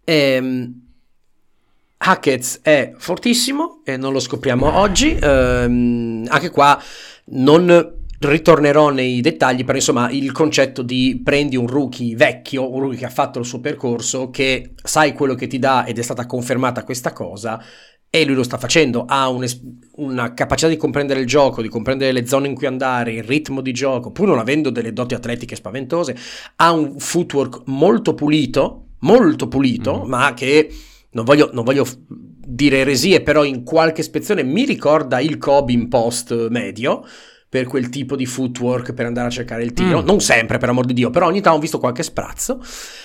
Hackett è fortissimo e non lo scopriamo oggi. Anche qua non ritornerò nei dettagli, però insomma il concetto di prendi un rookie vecchio, un rookie che ha fatto il suo percorso, che sai quello che ti dà ed è stata confermata questa cosa, e lui lo sta facendo, ha una capacità di comprendere il gioco, di comprendere le zone in cui andare, il ritmo di gioco, pur non avendo delle doti atletiche spaventose, ha un footwork molto pulito, ma che non voglio dire eresie, però in qualche spezzone mi ricorda il Kobe in post medio, per quel tipo di footwork per andare a cercare il tiro, non sempre per amor di Dio, però ogni tanto ho visto qualche sprazzo.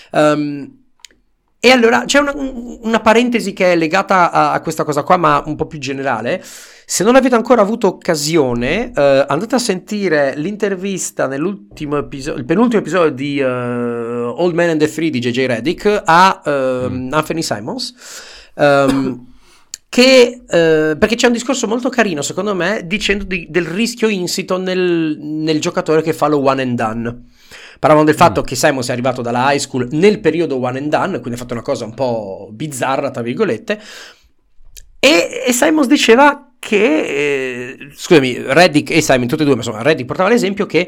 E allora c'è una parentesi che è legata a questa cosa qua, ma un po' più generale. Se non avete ancora avuto occasione, andate a sentire l'intervista nell'ultimo episodio, il penultimo episodio di Old Man and the Three di JJ Redick a Anthony Simons, perché c'è un discorso molto carino secondo me dicendo del rischio insito nel giocatore che fa lo one and done. Parlavano del fatto che Simons è arrivato dalla high school nel periodo one and done, quindi ha fatto una cosa un po' bizzarra tra virgolette, e Simons diceva che Redick e Simon, tutti e due, ma insomma Redick portava l'esempio che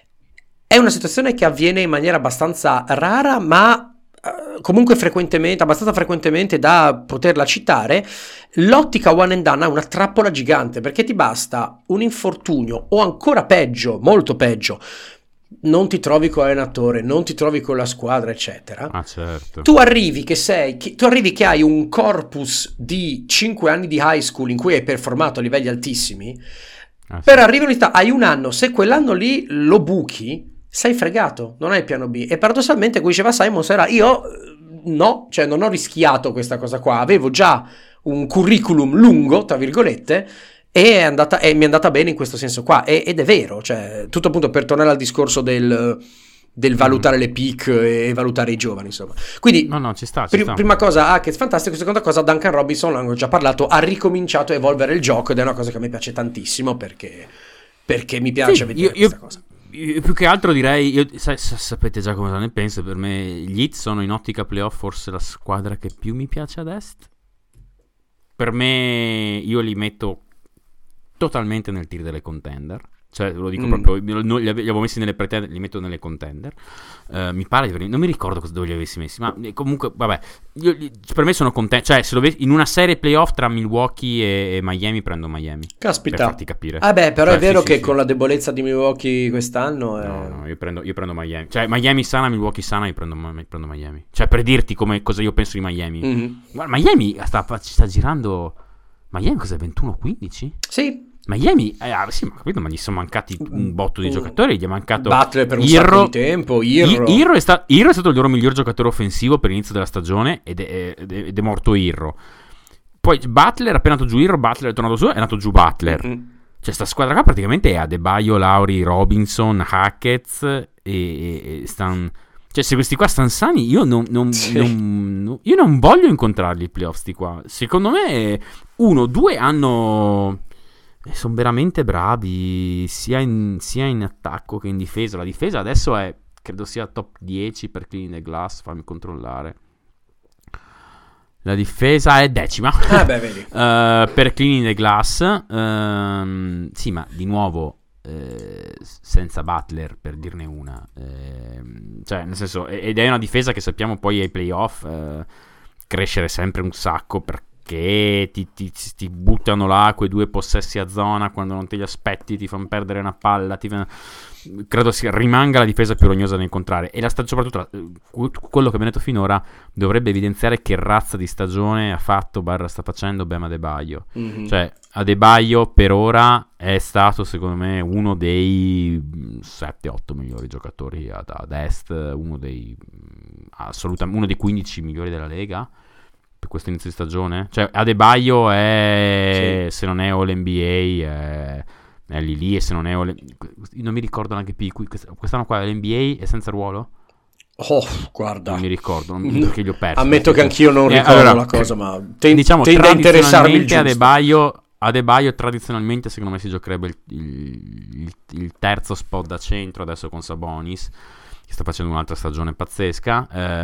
è una situazione che avviene in maniera abbastanza rara, ma comunque abbastanza frequentemente da poterla citare. L'ottica one and done ha una trappola gigante, perché ti basta un infortunio o ancora peggio, molto peggio, non ti trovi con l'allenatore, non ti trovi con la squadra, eccetera. Certo. Tu arrivi che hai un corpus di 5 anni di high school in cui hai performato a livelli altissimi, per arrivare all'università hai un anno, se quell'anno lì lo buchi sei fregato, non hai il piano B. E paradossalmente, come diceva Simons, era io non ho rischiato questa cosa qua, avevo già un curriculum lungo, tra virgolette, e mi è andata bene in questo senso qua, ed è vero, cioè tutto appunto per tornare al discorso del valutare le pick e valutare i giovani, insomma. Quindi no, ci sta. Prima cosa che è fantastico, seconda cosa Duncan Robinson, l'hanno già parlato, ha ricominciato a evolvere il gioco ed è una cosa che a me piace tantissimo perché mi piace vedere questa cosa. Io più che altro direi, sapete già cosa ne penso, per me gli Heat sono in ottica playoff forse la squadra che più mi piace ad est. Per me io li metto totalmente nel tier delle contender, cioè lo dico proprio, li avevo messi nelle pretender, li metto nelle contender. Mi pare di non mi ricordo dove li avessi messi, ma comunque vabbè, per me sono contenti, cioè se in una serie playoff tra Milwaukee e Miami prendo Miami. Caspita, per farti capire. Però cioè, è vero sì, con la debolezza di Milwaukee quest'anno no, io prendo Miami, cioè Miami sana, Milwaukee sana, io prendo Miami, cioè per dirti cosa io penso di Miami. Guarda, Miami sta girando, Miami cos'è, 21-15? Sì. Miami, sì, ma capito, ma gli sono mancati un botto di giocatori, gli è mancato Butler per un sacco di tempo, Irro è stato il loro miglior giocatore offensivo per l'inizio della stagione ed è morto Irro. Poi Butler, appena nato giù Irro, Butler è tornato su, è nato giù Butler. Cioè sta squadra qua praticamente è Adebayo, Lauri, Robinson, Hackett e Stan. Cioè se questi qua stanno sani io non voglio incontrarli i playoff sti qua. Secondo me 1-2 hanno... sono veramente bravi sia in attacco che in difesa. La difesa adesso credo sia top 10 per Clean the Glass, fammi controllare. La difesa è 10ª vedi. Per Clean the Glass. Sì, ma di nuovo senza Butler, per dirne una, cioè nel senso, ed è una difesa che sappiamo poi ai playoff crescere sempre un sacco, perché ti buttano là quei 2 possessi a zona quando non te li aspetti, ti fanno perdere una palla, credo rimanga la difesa più rognosa da incontrare. E soprattutto quello che abbiamo detto finora dovrebbe evidenziare che razza di stagione ha fatto / sta facendo Bam Adebayo. Cioè Adebayo per ora è stato secondo me uno dei 7-8 migliori giocatori ad est, uno dei 15 migliori della Lega per questo inizio di stagione. Cioè Adebayo è, se non è All NBA, è lì, e se non è non mi ricordo neanche quest'anno qua l'NBA è senza ruolo. Guarda, non mi ricordo, perché li ho persi. Ammetto che anch'io non ricordo la cosa, ma diciamo tende a interessarmi il giusto. Adebayo tradizionalmente secondo me si giocherebbe il terzo spot da centro adesso con Sabonis. che sta facendo un'altra stagione pazzesca,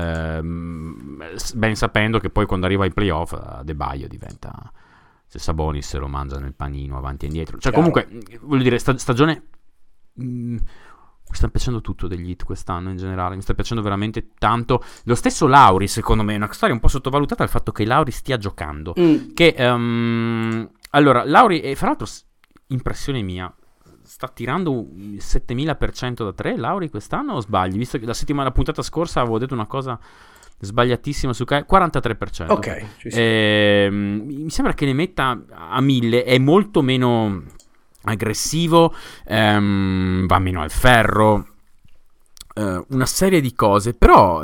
ben sapendo che poi quando arriva ai playoff Adebayo diventa, se Sabonis se lo mangia nel panino avanti e indietro, cioè Chiaro. comunque voglio dire stagione mi sta piacendo tutto degli Heat quest'anno in generale, mi sta piacendo veramente tanto. Lo stesso Lauri, secondo me, è una storia un po' sottovalutata, il fatto che Lauri stia giocando. Che, allora, Lauri, e fra l'altro, impressione mia, sta tirando il 7000% da 3, Lauri, quest'anno, o sbagli? Visto che la puntata scorsa avevo detto una cosa sbagliatissima su 43%. Ok, mi sembra che ne metta a 1000, è molto meno aggressivo, va meno al ferro, una serie di cose, però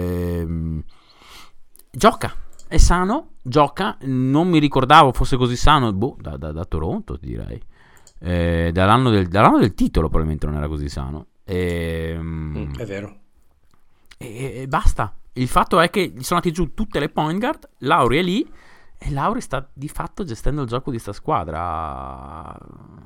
gioca, è sano, gioca, non mi ricordavo fosse così sano, da Toronto ti direi, dall'anno del titolo probabilmente non era così sano, è vero. E basta. Il fatto è che gli sono andati giù tutte le point guard, Lauri è lì e Lauri sta di fatto gestendo il gioco di sta squadra.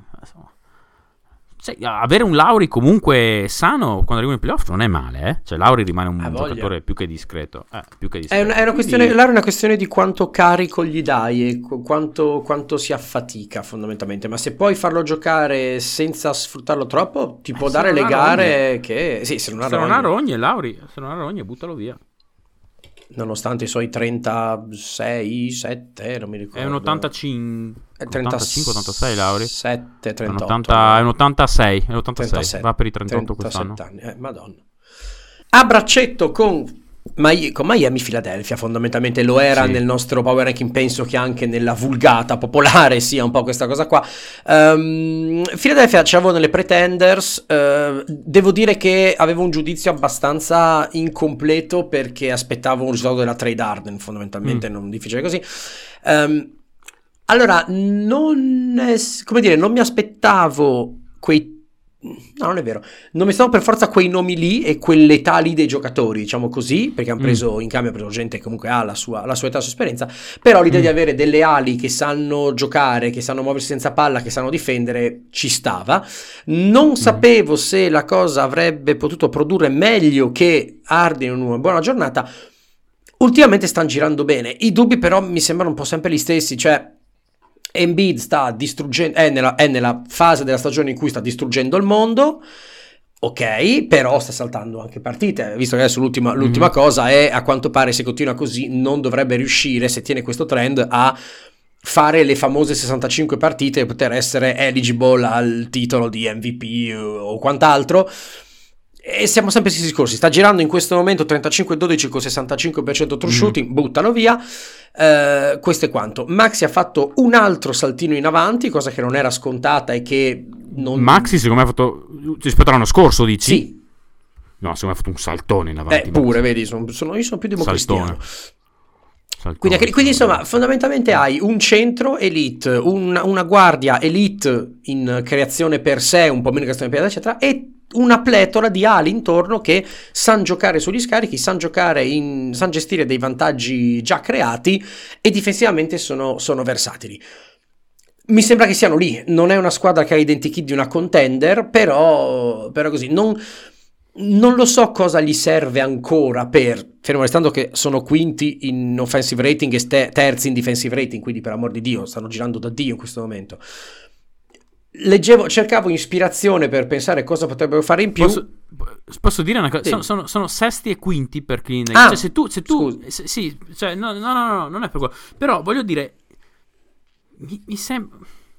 Cioè, avere un Lauri comunque sano quando arriva in playoff non è male, eh? Cioè Lauri rimane un giocatore più che discreto, È una questione, Lauri è una questione di quanto carico gli dai e quanto si affatica fondamentalmente, ma se puoi farlo giocare senza sfruttarlo troppo ti può dare le gare che sì, se non ha rogne Lauri, se non ha rogne buttalo via. Nonostante i suoi 36, 7, non mi ricordo. È un 85, 86 Lauri. 7, 38. È un 86, va per i 38 quest'anno. Anni, madonna. A braccetto con Miami Philadelphia, fondamentalmente lo era nel nostro power ranking, penso che anche nella vulgata popolare sia un po' questa cosa qua. Philadelphia ce l'avevo nelle pretenders, devo dire che avevo un giudizio abbastanza incompleto perché aspettavo un risultato della trade Harden, fondamentalmente non difficile così. Allora, non mi aspettavo no, non è vero. Non mi stavo per forza quei nomi lì e quell'età lì dei giocatori, diciamo così, perché hanno preso in cambio che comunque ha la sua età, la sua esperienza. Però l'idea di avere delle ali che sanno giocare, che sanno muoversi senza palla, che sanno difendere, ci stava. Non sapevo se la cosa avrebbe potuto produrre meglio che Harden in una buona giornata. Ultimamente stanno girando bene. I dubbi però mi sembrano un po' sempre gli stessi, cioè Embiid sta distruggendo, è nella fase della stagione in cui sta distruggendo il mondo, ok, però sta saltando anche partite, visto che adesso l'ultima cosa è, a quanto pare, se continua così non dovrebbe riuscire, se tiene questo trend, a fare le famose 65 partite e poter essere eligible al titolo di MVP o quant'altro. E siamo sempre stessi discorsi, sta girando in questo momento 35-12 con 65% true shooting, buttalo via. Questo è quanto. Maxi ha fatto un altro saltino in avanti, cosa che non era scontata e che Maxi secondo me ha fatto rispetto all'anno scorso, dici? Sì. No, secondo me ha fatto un saltone in avanti. Pure, vedi, io sono più democristiano. Saltone. Quindi insomma, fondamentalmente hai un centro elite, una guardia elite in creazione per sé, un po' meno che piede, eccetera, e una pletora di ali intorno che sanno giocare sugli scarichi, sanno gestire dei vantaggi già creati e difensivamente sono versatili. Mi sembra che siano lì, non è una squadra che ha identikit di una contender, però così, non lo so cosa gli serve ancora fermo restando che sono quinti in offensive rating e terzi in defensive rating, quindi per amor di Dio, stanno girando da Dio in questo momento. Cercavo ispirazione per pensare cosa potrebbero fare in più. Posso dire una cosa? Sì. Sono sesti e quinti per Clean. Cioè, se tu sì, cioè, no, non è per quello. Però voglio dire, mi sembra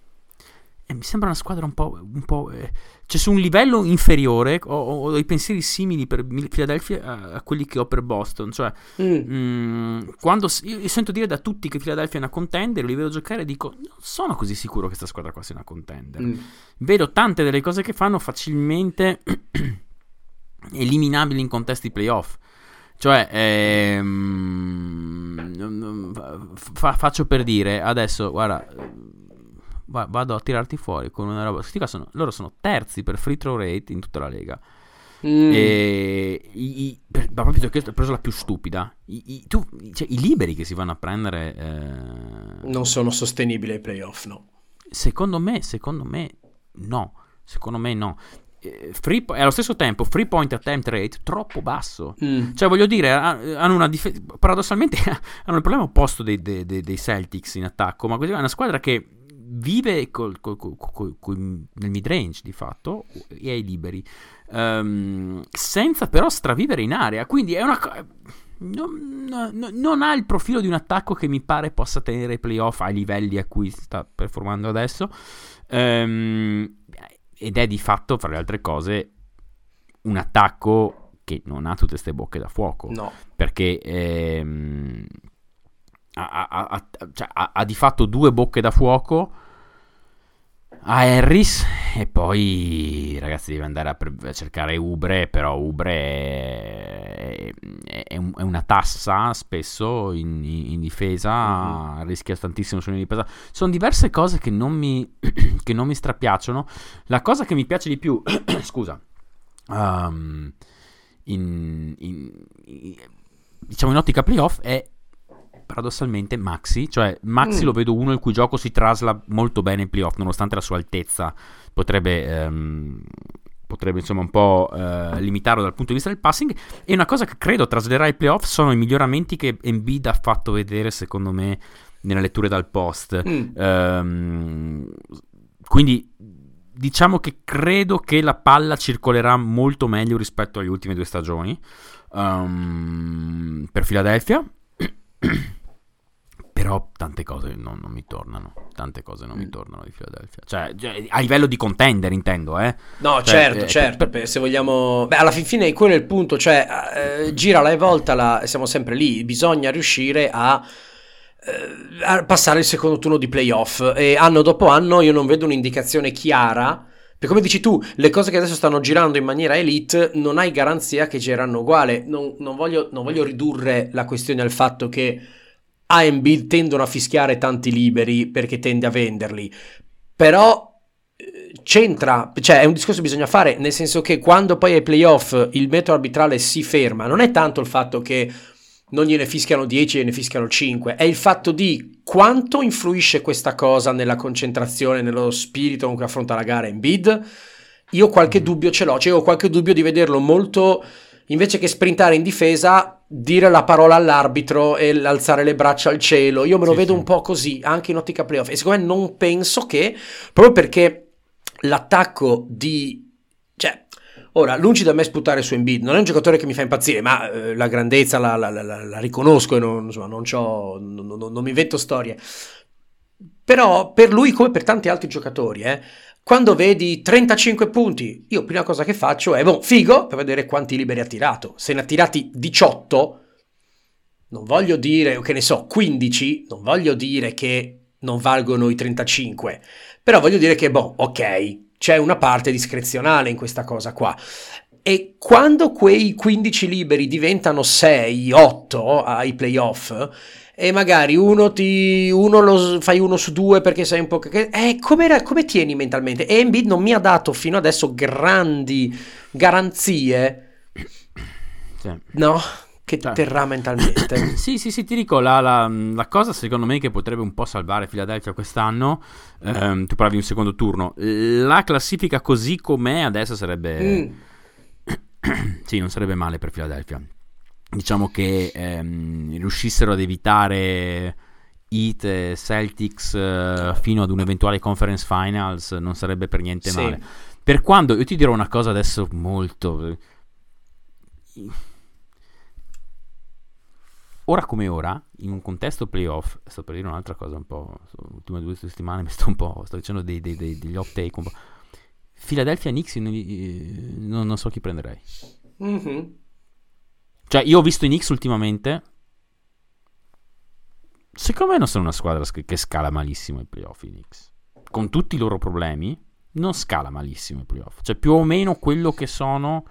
una squadra un po', cioè su un livello inferiore ho dei pensieri simili per Philadelphia a quelli che ho per Boston, cioè quando io sento dire da tutti che Philadelphia è una contender, li vedo giocare e dico non sono così sicuro che questa squadra qua sia una contender. Vedo tante delle cose che fanno facilmente eliminabili in contesti playoff, cioè faccio per dire adesso, guarda, vado a tirarti fuori con una roba. Loro sono terzi per free throw rate in tutta la lega. E proprio perché ho preso la più stupida. I liberi che si vanno a prendere non sono sostenibili ai playoff, no. Secondo me no. e allo stesso tempo free point attempt rate troppo basso. Cioè, voglio dire, hanno una paradossalmente hanno il problema opposto dei Celtics in attacco, ma così è una squadra che vive nel mid range di fatto e ai liberi, senza però stravivere in area, quindi è una non ha il profilo di un attacco che mi pare possa tenere i playoff ai livelli a cui sta performando adesso, ed è di fatto, fra le altre cose, un attacco che non ha tutte queste bocche da fuoco, no, perché ha di fatto 2 bocche da fuoco a Harris, e poi ragazzi deve andare a cercare Oubre, però Oubre è una tassa spesso in difesa, rischia tantissimo sulla linea di difesa. Sono diverse cose che non mi strapiacciono. La cosa che mi piace di più scusa, diciamo in ottica playoff, è paradossalmente Maxi. Cioè Maxi lo vedo uno il cui gioco si trasla molto bene in playoff, nonostante la sua altezza potrebbe insomma un po' limitarlo dal punto di vista del passing. E una cosa che credo traslerà ai playoff sono i miglioramenti che Embiid ha fatto vedere, secondo me, nelle letture dal post. Quindi diciamo che credo che la palla circolerà molto meglio rispetto alle ultime 2 stagioni per Philadelphia. Però tante cose non mi tornano. Tante cose non mi tornano di Philadelphia. Cioè, a livello di contender, intendo, No, cioè, certo. Se vogliamo. Beh, alla fine quello è il punto. Cioè, girala e voltala, siamo sempre lì. Bisogna riuscire a passare il secondo turno di playoff. E anno dopo anno io non vedo un'indicazione chiara. Perché come dici tu, le cose che adesso stanno girando in maniera elite non hai garanzia che gireranno uguale. Non voglio ridurre la questione al fatto che A e B tendono a fischiare tanti liberi perché tende a venderli, però c'entra, cioè è un discorso che bisogna fare, nel senso che quando poi ai playoff il metro arbitrale si ferma, non è tanto il fatto che non gliene fischiano 10 e ne fischiano 5, è il fatto di quanto influisce questa cosa nella concentrazione, nello spirito con cui affronta la gara Embiid. Io qualche dubbio ce l'ho, cioè ho qualche dubbio di vederlo molto, invece che sprintare in difesa, dire la parola all'arbitro e alzare le braccia al cielo. Io me lo vedo un po' così, anche in ottica playoff, e secondo me non penso che, proprio perché l'attacco di... cioè, ora, lungi da me sputare su Embiid, non è un giocatore che mi fa impazzire, ma la grandezza la riconosco e non mi invento storie. Però per lui, come per tanti altri giocatori, quando vedi 35 punti, io prima cosa che faccio è, figo, per vedere quanti liberi ha tirato. Se ne ha tirati 18, non voglio dire, che ne so, 15, non voglio dire che non valgono i 35, però voglio dire che, ok, c'è una parte discrezionale in questa cosa qua. E quando quei 15 liberi diventano 6, 8 ai playoff, e magari fai 1 su 2 perché sei un po' come tieni mentalmente? E Embiid non mi ha dato fino adesso grandi garanzie, no, che terrà mentalmente. sì, ti dico, la cosa secondo me che potrebbe un po' salvare Philadelphia quest'anno, tu parlavi di un secondo turno, la classifica così com'è adesso sarebbe sì, non sarebbe male per Philadelphia. Diciamo che riuscissero ad evitare Heat e Celtics fino ad un eventuale conference finals, non sarebbe per niente male. Per quando, io ti dirò una cosa adesso molto... Ora come ora, in un contesto playoff, sto per dire un'altra cosa un po', le ultime 2 settimane sto dicendo degli off take un po'. Philadelphia Knicks non so chi prenderei. Cioè, io ho visto i Knicks ultimamente. Secondo me non sono una squadra che scala malissimo i playoff, i Knicks. Con tutti i loro problemi, non scala malissimo i playoff. Cioè, più o meno quello che sono,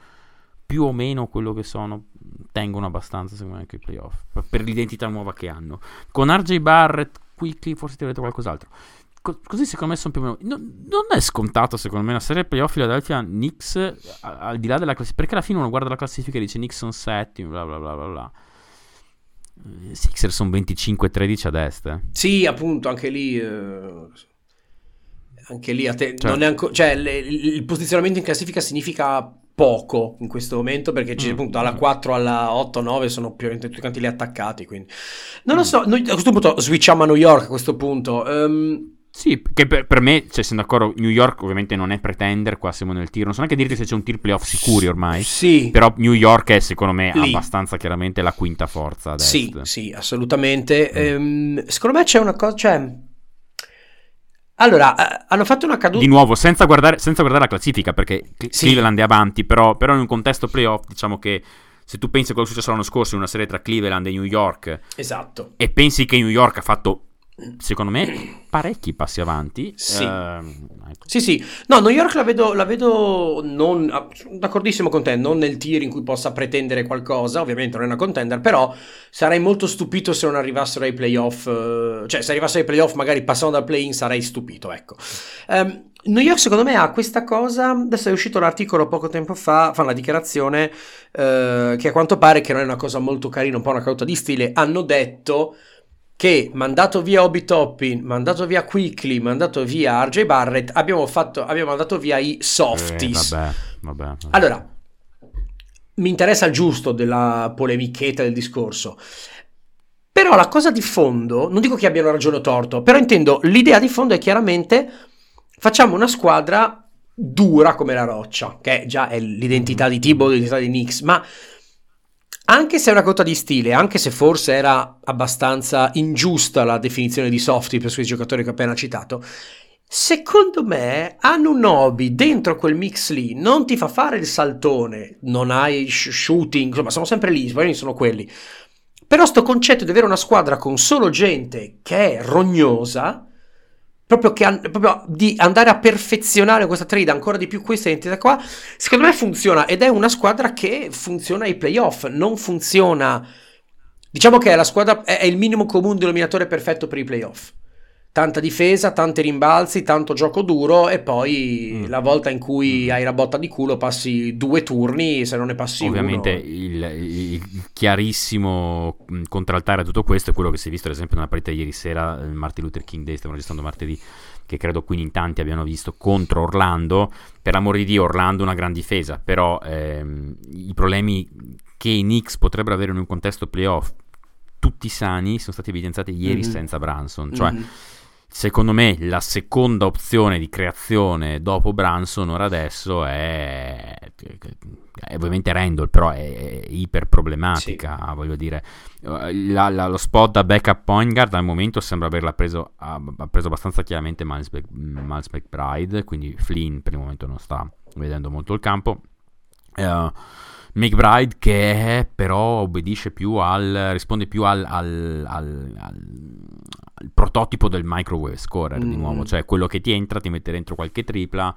tengono abbastanza, secondo me, anche i playoff. Per l'identità nuova che hanno. Con RJ Barrett, Quickly, forse ti avrete qualcos'altro. Così secondo me sono più o meno... Non è scontato secondo me una serie playoff Philadelphia Knicks al di là della classifica, perché alla fine uno guarda la classifica e dice Knicks sono settimi, bla bla bla bla bla. Sixers sono 25-13 ad est. Sì, appunto, anche lì anche lì Certo. non è cioè il posizionamento in classifica significa poco in questo momento, perché appunto alla 4, alla 8, 9 sono più tutti quanti lì attaccati, quindi non lo so. Noi a questo punto switchiamo a New York a questo punto. Sì, che per me, cioè, sono d'accordo, New York ovviamente non è pretender, qua siamo nel tier, non so neanche dirti se c'è un tier playoff sicuri ormai, sì, però New York è secondo me lì. abbastanza chiaramente la quinta forza ad Sì, est. sì, assolutamente. Secondo me c'è una cosa, cioè... Allora, hanno fatto una caduta... Di nuovo, senza guardare la classifica, perché Sì. Cleveland è avanti, però in un contesto playoff, diciamo che se tu pensi a quello che è successo l'anno scorso in una serie tra Cleveland e New York, Esatto. e pensi che New York ha fatto, secondo me, parecchi passi avanti. Sì. Ecco. Sì. No, New York la vedo non... sono d'accordissimo con te, non nel tier in cui possa pretendere qualcosa, ovviamente non è una contender, però sarei molto stupito se non arrivassero ai playoff, cioè se arrivassero ai playoff magari passando dal play-in sarei stupito, ecco. New York secondo me ha questa cosa, adesso è uscito l'articolo poco tempo fa una dichiarazione che a quanto pare che non è una cosa molto carina, un po' una caduta di stile, hanno detto che mandato via Obi Toppin, mandato via Quickly, mandato via RJ Barrett, abbiamo mandato via i softies. Vabbè. Allora, mi interessa il giusto della polemichetta del discorso, però la cosa di fondo, non dico che abbiano ragione o torto, però intendo, l'idea di fondo è chiaramente facciamo una squadra dura come la roccia, che già è l'identità di Thibodeau, l'identità di Knicks, ma anche se è una cotta di stile, anche se forse era abbastanza ingiusta la definizione di softy per quei giocatori che ho appena citato, secondo me Anunoby dentro quel mix lì non ti fa fare il saltone, non hai shooting, insomma sono sempre lì, sono quelli. Però sto concetto di avere una squadra con solo gente che è rognosa, proprio di andare a perfezionare questa trade ancora di più questa identità qua, secondo me funziona, ed è una squadra che funziona ai playoff, non funziona, diciamo che è la squadra, è il minimo comune denominatore perfetto per i playoff. Tanta difesa, tanti rimbalzi, tanto gioco duro, e poi la volta in cui hai la botta di culo passi 2 turni, se non ne passi ovviamente uno. il chiarissimo contraltare a tutto questo è quello che si è visto ad esempio nella partita ieri sera, il Martin Luther King Day, stiamo registrando martedì, che credo quindi in tanti abbiano visto, contro Orlando. Per l'amor di Dio, Orlando una gran difesa, però i problemi che i Knicks potrebbero avere in un contesto playoff tutti sani sono stati evidenziati ieri senza Brunson, cioè secondo me la seconda opzione di creazione dopo Brunson ora adesso è ovviamente Randall, però è iper problematica, sì. Voglio dire, lo spot da backup point guard al momento sembra averla preso, ha preso abbastanza chiaramente Miles McBride, quindi Flynn per il momento non sta vedendo molto il campo. McBride che però obbedisce più risponde più al prototipo del microwave scorer, di nuovo, cioè quello che ti entra, ti mette dentro qualche tripla,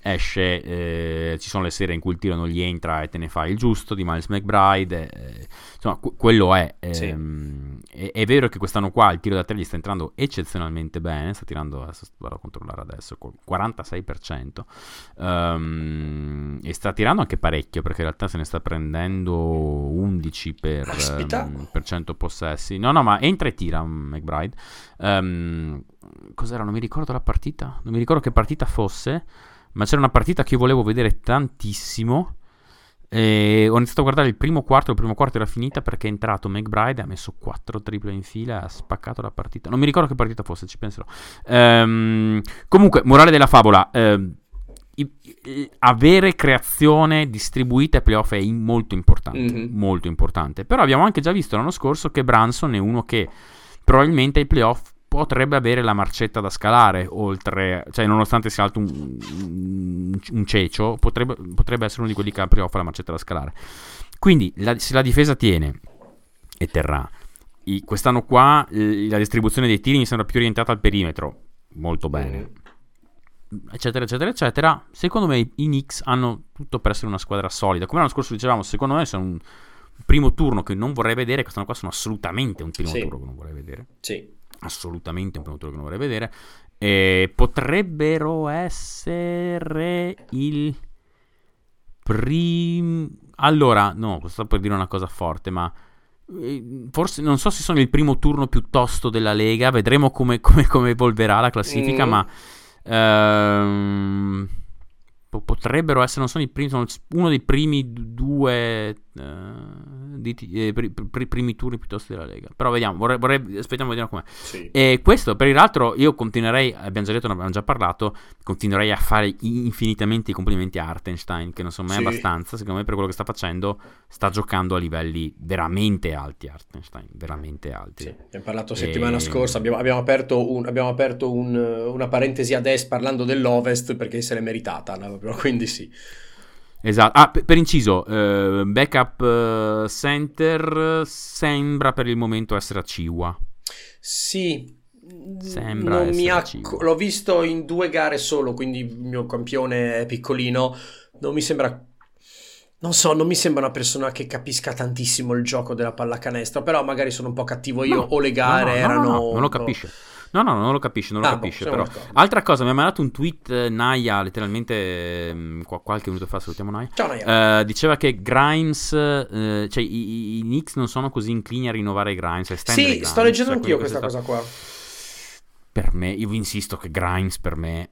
esce, ci sono le sere in cui il tiro non gli entra e te ne fai il giusto, di Miles McBride, insomma quello è, sì. È vero che quest'anno qua il tiro da 3 gli sta entrando eccezionalmente bene, sta tirando, adesso vado a controllare adesso, col 46%, e sta tirando anche parecchio, perché in realtà se ne sta prendendo 11 per 100 possessi, no ma entra e tira McBride. Cos'era? Non mi ricordo la partita, non mi ricordo che partita fosse, ma c'era una partita che io volevo vedere tantissimo e ho iniziato a guardare il primo quarto era finita perché è entrato McBride, ha messo 4 triple in fila, ha spaccato la partita, non mi ricordo che partita fosse, ci penserò. Comunque, morale della favola, avere creazione distribuita ai playoff è molto importante, molto importante, però abbiamo anche già visto l'anno scorso che Brunson è uno che probabilmente ai playoff potrebbe avere la marcetta da scalare, oltre, cioè nonostante sia alto un cecio, potrebbe essere uno di quelli che apre la marcetta da scalare. Quindi se la difesa tiene e terrà, quest'anno qua la distribuzione dei tiri mi sembra più orientata al perimetro, molto bene, eccetera eccetera eccetera. Secondo me i Knicks hanno tutto per essere una squadra solida, come l'anno scorso dicevamo, secondo me sono un primo turno che non vorrei vedere, quest'anno qua sono assolutamente un primo turno che non vorrei vedere, assolutamente un primo turno che non vorrei vedere, e potrebbero essere il allora no, sto per dire una cosa forte, ma forse non so se sono il primo turno più tosto della Lega, vedremo come evolverà la classifica, ma Potrebbero essere, non sono i primi, sono uno dei primi due primi turni piuttosto della Lega. Però vediamo, aspettiamo, vediamo com'è. Sì. E questo, per l'altro, io continuerei, abbiamo già detto, ne abbiamo già parlato, continuerei a fare infinitamente i complimenti a Hartenstein, che non sono mai abbastanza, secondo me per quello che sta facendo, sta giocando a livelli veramente alti Hartenstein, veramente alti. Sì, abbiamo parlato settimana scorsa, abbiamo aperto una parentesi ad est parlando dell'Ovest perché se l'è meritata, no? Quindi sì. Esatto. Per inciso, backup center sembra per il momento essere a Chihuahua. Sì, Sembra l'ho visto in 2 gare solo, quindi il mio campione è piccolino, non mi sembra una persona che capisca tantissimo il gioco della pallacanestro, però magari sono un po' cattivo io, o le gare erano... No, non lo capisce. No, non lo capisce, però. D'accordo. Altra cosa, mi ha mandato un tweet Naya, letteralmente qualche minuto fa, salutiamo Naya. Ciao Naya. Diceva che Grimes, cioè i Knicks non sono così inclini a rinnovare Grimes, a estendere Sì, Grimes, sto leggendo cioè, anch'io questa cosa qua. Per me, io vi insisto che Grimes per me...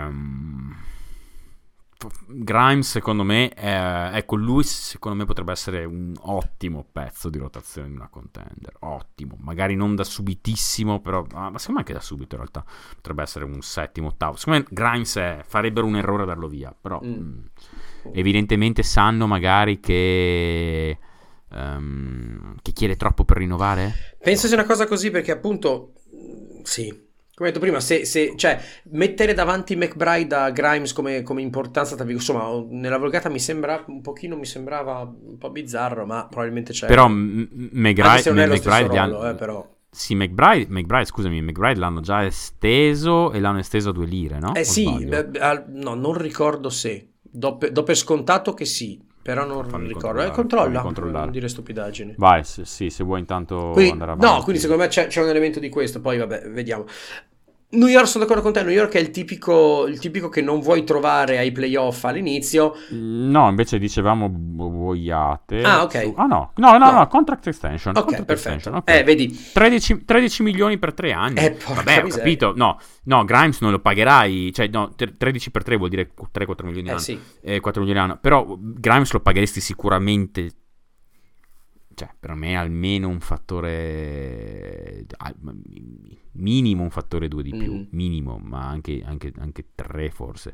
Grimes secondo me ecco, lui secondo me potrebbe essere un ottimo pezzo di rotazione di una contender, ottimo, magari non da subitissimo, però ma secondo me anche da subito in realtà potrebbe essere un settimo, ottavo. Secondo me Grimes farebbero un errore a darlo via, però evidentemente sanno magari che chiede troppo per rinnovare. Penso sia una cosa così perché appunto sì, come ho detto prima, cioè mettere davanti McBride a Grimes come importanza, insomma, nella volgata mi sembrava un po' bizzarro, ma probabilmente c'è. Però McBride però. Sì, McBride l'hanno già esteso e l'hanno esteso a 2 lire, no? Sì, no, non ricordo se. Do per scontato che sì, però non ricordo. Controlla, non dire stupidaggini. Vai, sì, se vuoi intanto andare avanti. No, quindi secondo me c'è un elemento di questo, poi vabbè, vediamo. New York, sono d'accordo con te, New York è il tipico che non vuoi trovare ai playoff all'inizio. No, invece dicevamo boiate. Ah, ok. No, contract extension. Ok, perfetto. Okay. Vedi. 13 milioni per 3 anni. Vabbè, ho capito. No, Grimes non lo pagherai, cioè no, 13 per 3 vuol dire 3-4 milioni l'anno. Sì. 4 milioni l'anno. Però Grimes lo pagheresti sicuramente. Cioè, per me almeno un fattore minimo, un fattore 2 di più, minimo, ma anche 3 forse.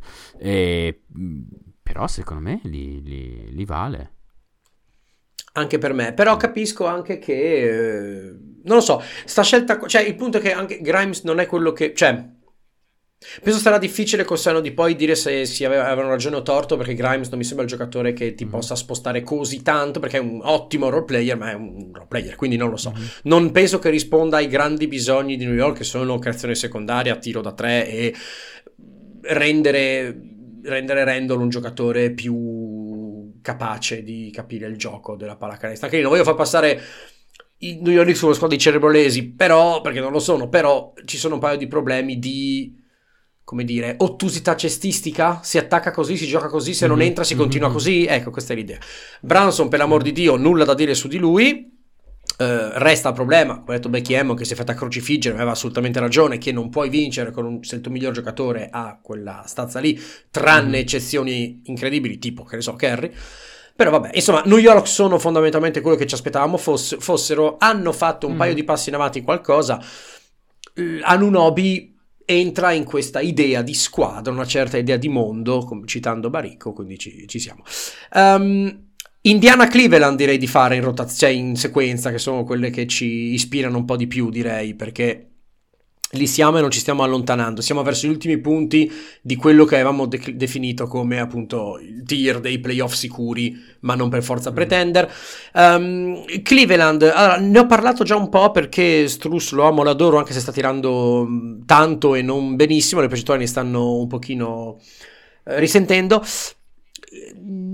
Però secondo me li vale. Anche per me, però capisco anche che non lo so, sta scelta, cioè il punto è che anche Grimes non è quello che, cioè penso sarà difficile col senno di poi dire se avevano ragione o torto, perché Grimes non mi sembra il giocatore che ti possa spostare così tanto, perché è un ottimo role player, ma è un role player, quindi non lo so. Non penso che risponda ai grandi bisogni di New York, che sono creazione secondaria, tiro da 3 e rendere Randle un giocatore più capace di capire il gioco della pallacanestro. Anche lì non voglio far passare i New York Knicks come squadra di cerebrolesi, però, perché non lo sono, però ci sono un paio di problemi di, come dire, ottusità cestistica. Si attacca così, si gioca così, se non entra si continua così. Ecco, questa è l'idea. Branson, per l'amor di Dio, nulla da dire su di lui. Resta il problema, come ha detto Becky Hammon, che si è fatta crocifiggere, aveva assolutamente ragione, che non puoi vincere se il tuo miglior giocatore ha quella stazza lì, tranne eccezioni incredibili, tipo, che ne so, Curry. Però vabbè, insomma, New York sono fondamentalmente quello che ci aspettavamo fossero, hanno fatto un paio di passi in avanti in qualcosa. Anunoby entra in questa idea di squadra, una certa idea di mondo, citando Baricco, quindi ci siamo. Indiana Cleveland direi di fare in rotazione, in sequenza, che sono quelle che ci ispirano un po' di più, direi, perché lì siamo e non ci stiamo allontanando, siamo verso gli ultimi punti di quello che avevamo definito come appunto il tier dei playoff sicuri, ma non per forza pretender. Cleveland, allora, ne ho parlato già un po' perché Strus lo amo, l'adoro, anche se sta tirando tanto e non benissimo, le percentuali stanno un pochino risentendo.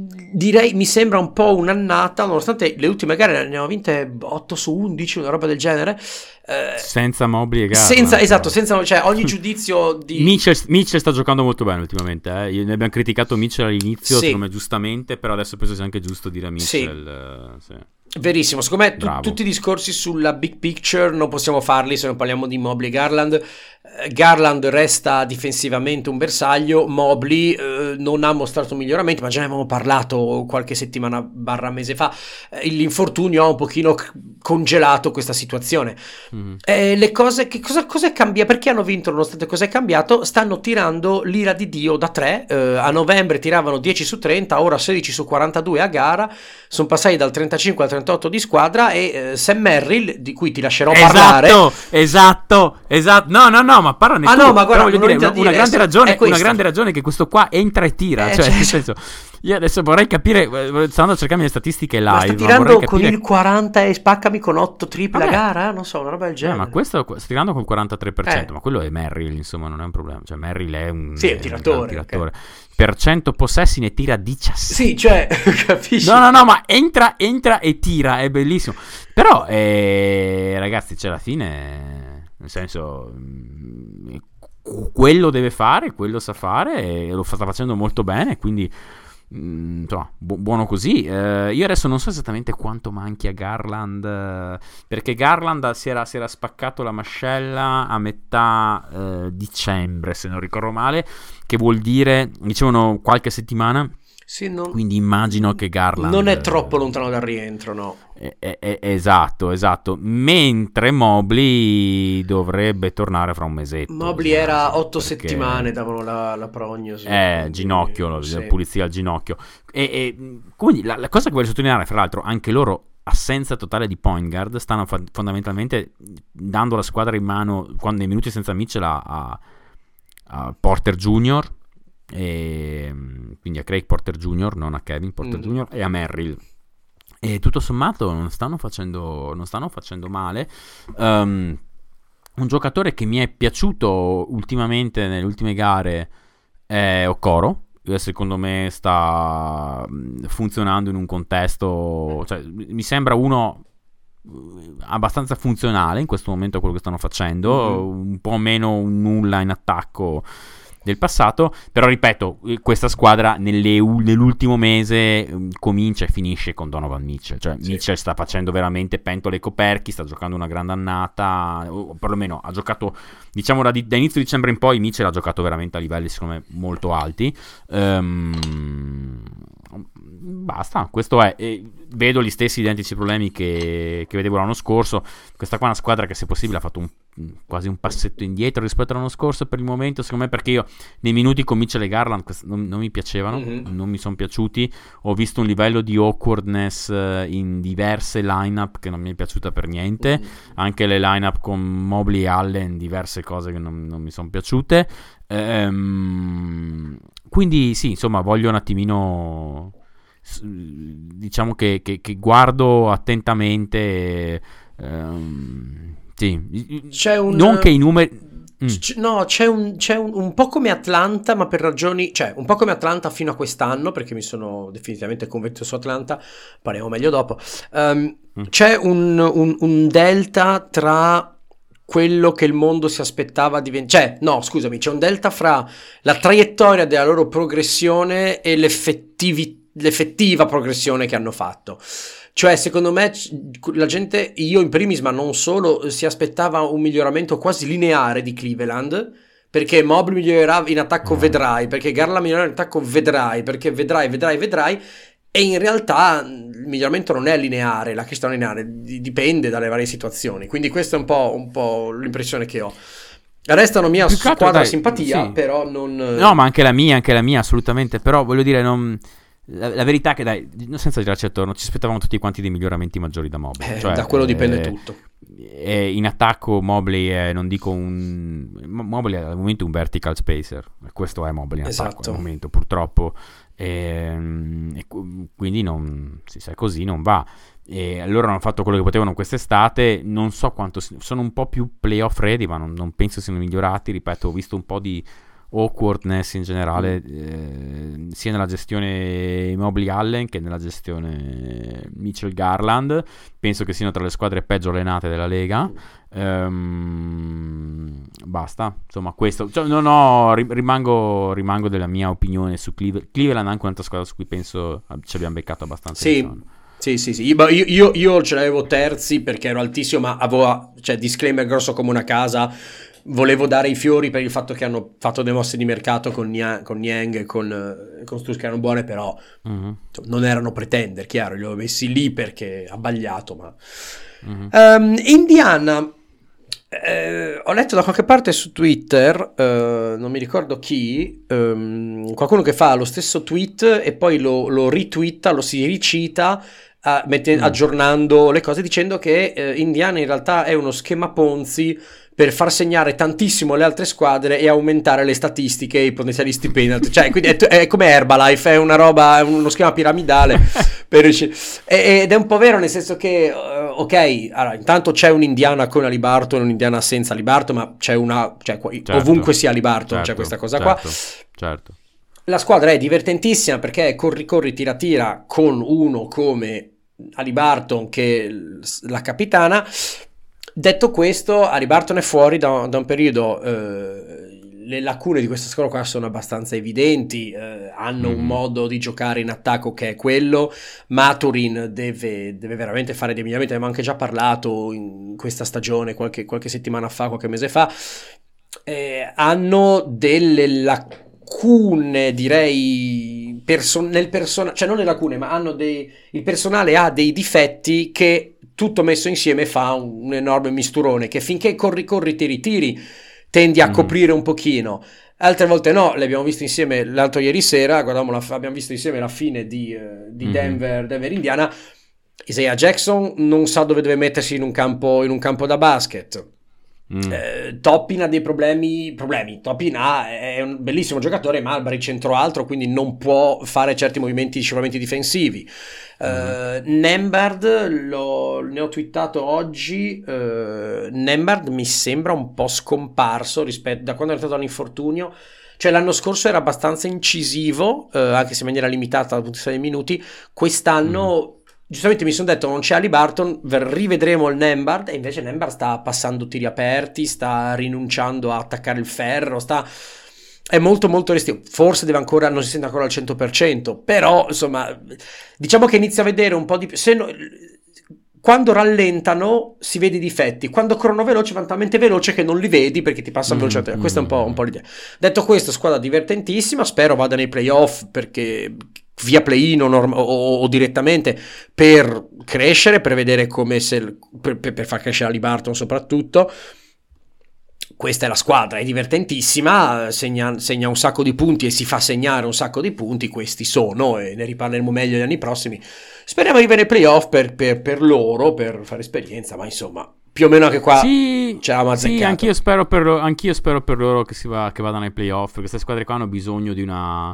direi, mi sembra un po' un'annata, nonostante le ultime gare ne abbiamo vinte 8 su 11, una roba del genere. Senza Mobley e Garland. Esatto, senza, cioè ogni giudizio di... Mitchell sta giocando molto bene ultimamente, eh. Ne abbiamo criticato Mitchell all'inizio, Sì. secondo me giustamente, però adesso penso sia anche giusto dire a Mitchell. Sì. Verissimo, secondo me tutti i discorsi sulla big picture non possiamo farli se non parliamo di Mobley e Garland. Garland resta difensivamente un bersaglio, Mobley non ha mostrato miglioramenti, ma già ne avevamo parlato qualche settimana barra mese fa. L'infortunio ha un pochino congelato questa situazione. Le cose, cosa è cambiato? Perché hanno vinto nonostante cosa è cambiato? Stanno tirando l'ira di Dio da 3, a novembre tiravano 10 su 30, ora 16 su 42 a gara, sono passati dal 35 al 38 di squadra, e Sam Merrill, di cui ti lascerò parlare. Esatto, no, ma parlane tu. No, ma guarda, voglio dire, una grande ragione è che questo qua entra e tira, cioè nel senso, io adesso vorrei capire, sto andando a cercarmi le statistiche live, ma sta tirando con il 40 e spaccami con 8 triple a gara, non so, una roba del genere. Ma questo sta tirando col 43%, ma quello è Merrill, insomma, non è un problema, cioè Merrill è un tiratore. Okay. Per 100 possessi ne tira 17. Sì, cioè, capisci? No, ma entra e tira, è bellissimo. Però, ragazzi, c'è alla fine, nel senso, quello deve fare, quello sa fare, e lo sta facendo molto bene, quindi, insomma, buono così. Io adesso non so esattamente quanto manchi a Garland, perché Garland si era spaccato la mascella a metà dicembre, se non ricordo male, che vuol dire, dicevano, qualche settimana. Sì, quindi immagino che Garland non è troppo lontano dal rientro, no? Esatto. Mentre Mobley dovrebbe tornare fra un mesetto. Mobley era 8 settimane, davano la prognosi. Ginocchio, sì. Pulizia al ginocchio. Quindi la cosa che voglio sottolineare, fra l'altro, anche loro, assenza totale di point guard, stanno fondamentalmente dando la squadra in mano, quando nei minuti senza Mitchell, a Porter Jr., e quindi a Craig Porter Jr., non a Kevin Porter Jr., e a Merrill, e tutto sommato non stanno facendo male. Un giocatore che mi è piaciuto ultimamente nelle ultime gare è Okoro. Secondo me sta funzionando in un contesto, cioè, mi sembra uno abbastanza funzionale in questo momento a quello che stanno facendo, un po' meno un nulla in attacco del passato, però ripeto, questa squadra nell'ultimo mese comincia e finisce con Donovan Mitchell, cioè sì. Mitchell sta facendo veramente pentole ai coperchi, sta giocando una grande annata, o perlomeno ha giocato, diciamo, da inizio dicembre in poi Mitchell ha giocato veramente a livelli secondo me molto alti. Basta, questo è. Vedo gli stessi identici problemi che vedevo l'anno scorso. Questa qua è una squadra che, se possibile, ha fatto quasi un passetto indietro rispetto all'anno scorso per il momento, secondo me, perché io nei minuti con Mitchell e Garland non mi piacevano, non mi sono piaciuti. Ho visto un livello di awkwardness in diverse lineup che non mi è piaciuta per niente, anche le lineup con Mobley e Allen, diverse cose che non mi sono piaciute. Quindi sì, insomma, voglio un attimino, diciamo che guardo attentamente, sì, c'è non che i numeri no, c'è un po' come Atlanta, ma per ragioni, cioè un po' come Atlanta fino a quest'anno, perché mi sono definitivamente convinto su Atlanta, parliamo meglio dopo. C'è un delta tra quello che il mondo si aspettava c'è un delta fra la traiettoria della loro progressione e l'effettiva progressione che hanno fatto. Cioè, secondo me, la gente, io in primis, ma non solo, si aspettava un miglioramento quasi lineare di Cleveland, perché Mobley migliorerà in attacco, vedrai, perché Garland migliorerà in attacco, vedrai, perché vedrai, e in realtà il miglioramento non è lineare, la crescita non è lineare, dipende dalle varie situazioni, quindi questa è un po' l'impressione che ho. Restano mia squadra simpatia, sì. Però non... No, ma anche la mia, assolutamente, però voglio dire, la verità è che, dai, senza girarci attorno, ci aspettavamo tutti quanti dei miglioramenti maggiori da Mobley. Da quello dipende tutto. In attacco Mobley è, non dico Mobley è al momento un vertical spacer. Questo è Mobley in attacco al momento, purtroppo. E quindi se è così non va. E allora hanno fatto quello che potevano quest'estate. Non so quanto sono un po' più playoff ready, ma non penso siano migliorati. Ripeto, ho visto un po' di awkwardness in generale, sia nella gestione Mobley Allen che nella gestione Mitchell Garland. Penso che siano tra le squadre peggio allenate della Lega. Basta, insomma, questo, cioè, rimango della mia opinione su Cleveland, anche un'altra squadra su cui penso ci abbiamo beccato abbastanza. Sì. Io ce l'avevo terzi perché ero altissimo, ma avevo, cioè, disclaimer grosso come una casa. Volevo dare i fiori per il fatto che hanno fatto delle mosse di mercato con Niang e con Strus, che erano buone, però non erano pretender, chiaro, li ho messi lì perché abbagliato, ma... Indiana, ho letto da qualche parte su Twitter, non mi ricordo chi, qualcuno che fa lo stesso tweet e poi lo ritwitta, lo si ricita, aggiornando le cose, dicendo che Indiana in realtà è uno schema Ponzi per far segnare tantissimo le altre squadre e aumentare le statistiche e i potenziali stipendi. Cioè, quindi è come Herbalife, è una roba, è uno schema piramidale per riuscire. Ed è un po' vero, nel senso che ok, allora, intanto c'è un'Indiana con Haliburton e un'Indiana senza Haliburton, ma c'è certo, ovunque sia Haliburton, c'è questa cosa qua. Certo. La squadra è divertentissima perché corri, tira con uno come Haliburton che è la capitana. Detto questo, Haliburton è fuori da un periodo, le lacune di questa squadra qua sono abbastanza evidenti, hanno un modo di giocare in attacco che è quello. Maturin deve veramente fare dei miglioramenti, ne abbiamo anche già parlato in questa stagione, qualche settimana fa, qualche mese fa. Hanno delle lacune, direi, cioè non le lacune, ma il personale ha dei difetti che tutto messo insieme fa un enorme misturone che finché corri, tiri, tendi a coprire un pochino. Altre volte no, le abbiamo visto insieme l'altro ieri sera, abbiamo visto insieme la fine di Denver Indiana. Isaiah Jackson non sa dove deve mettersi in un campo da basket. Toppin ha dei problemi. Toppin è un bellissimo giocatore, ma al baricentro alto, quindi non può fare certi movimenti sicuramente difensivi. Nembhard, ne ho twittato oggi. Nembhard mi sembra un po' scomparso rispetto da quando è entrato all'infortunio. Cioè l'anno scorso era abbastanza incisivo, anche se in maniera limitata dal punto di vista dei minuti. Quest'anno giustamente mi sono detto non c'è Haliburton, rivedremo il Nembhard, e invece Nembhard sta passando tiri aperti, sta rinunciando a attaccare il ferro, è molto molto restio. Forse non si sente ancora al 100%, però insomma diciamo che inizia a vedere un po' di più. Quando rallentano si vede i difetti, quando corrono veloce vanno talmente veloce che non li vedi perché ti passano velocemente. Questa è un po' l'idea. Detto questo, squadra divertentissima, spero vada nei playoff, perché via play-in o direttamente, per crescere, per vedere come per far crescere Haliburton soprattutto. Questa è la squadra, è divertentissima, segna un sacco di punti e si fa segnare un sacco di punti. Questi sono, e ne riparleremo meglio gli anni prossimi. Speriamo di avere playoff per loro, per fare esperienza, ma insomma più o meno anche qua c'eravamo azzeccato. Sì, anch'io spero per loro che vadano ai playoff. Queste squadre qua hanno bisogno di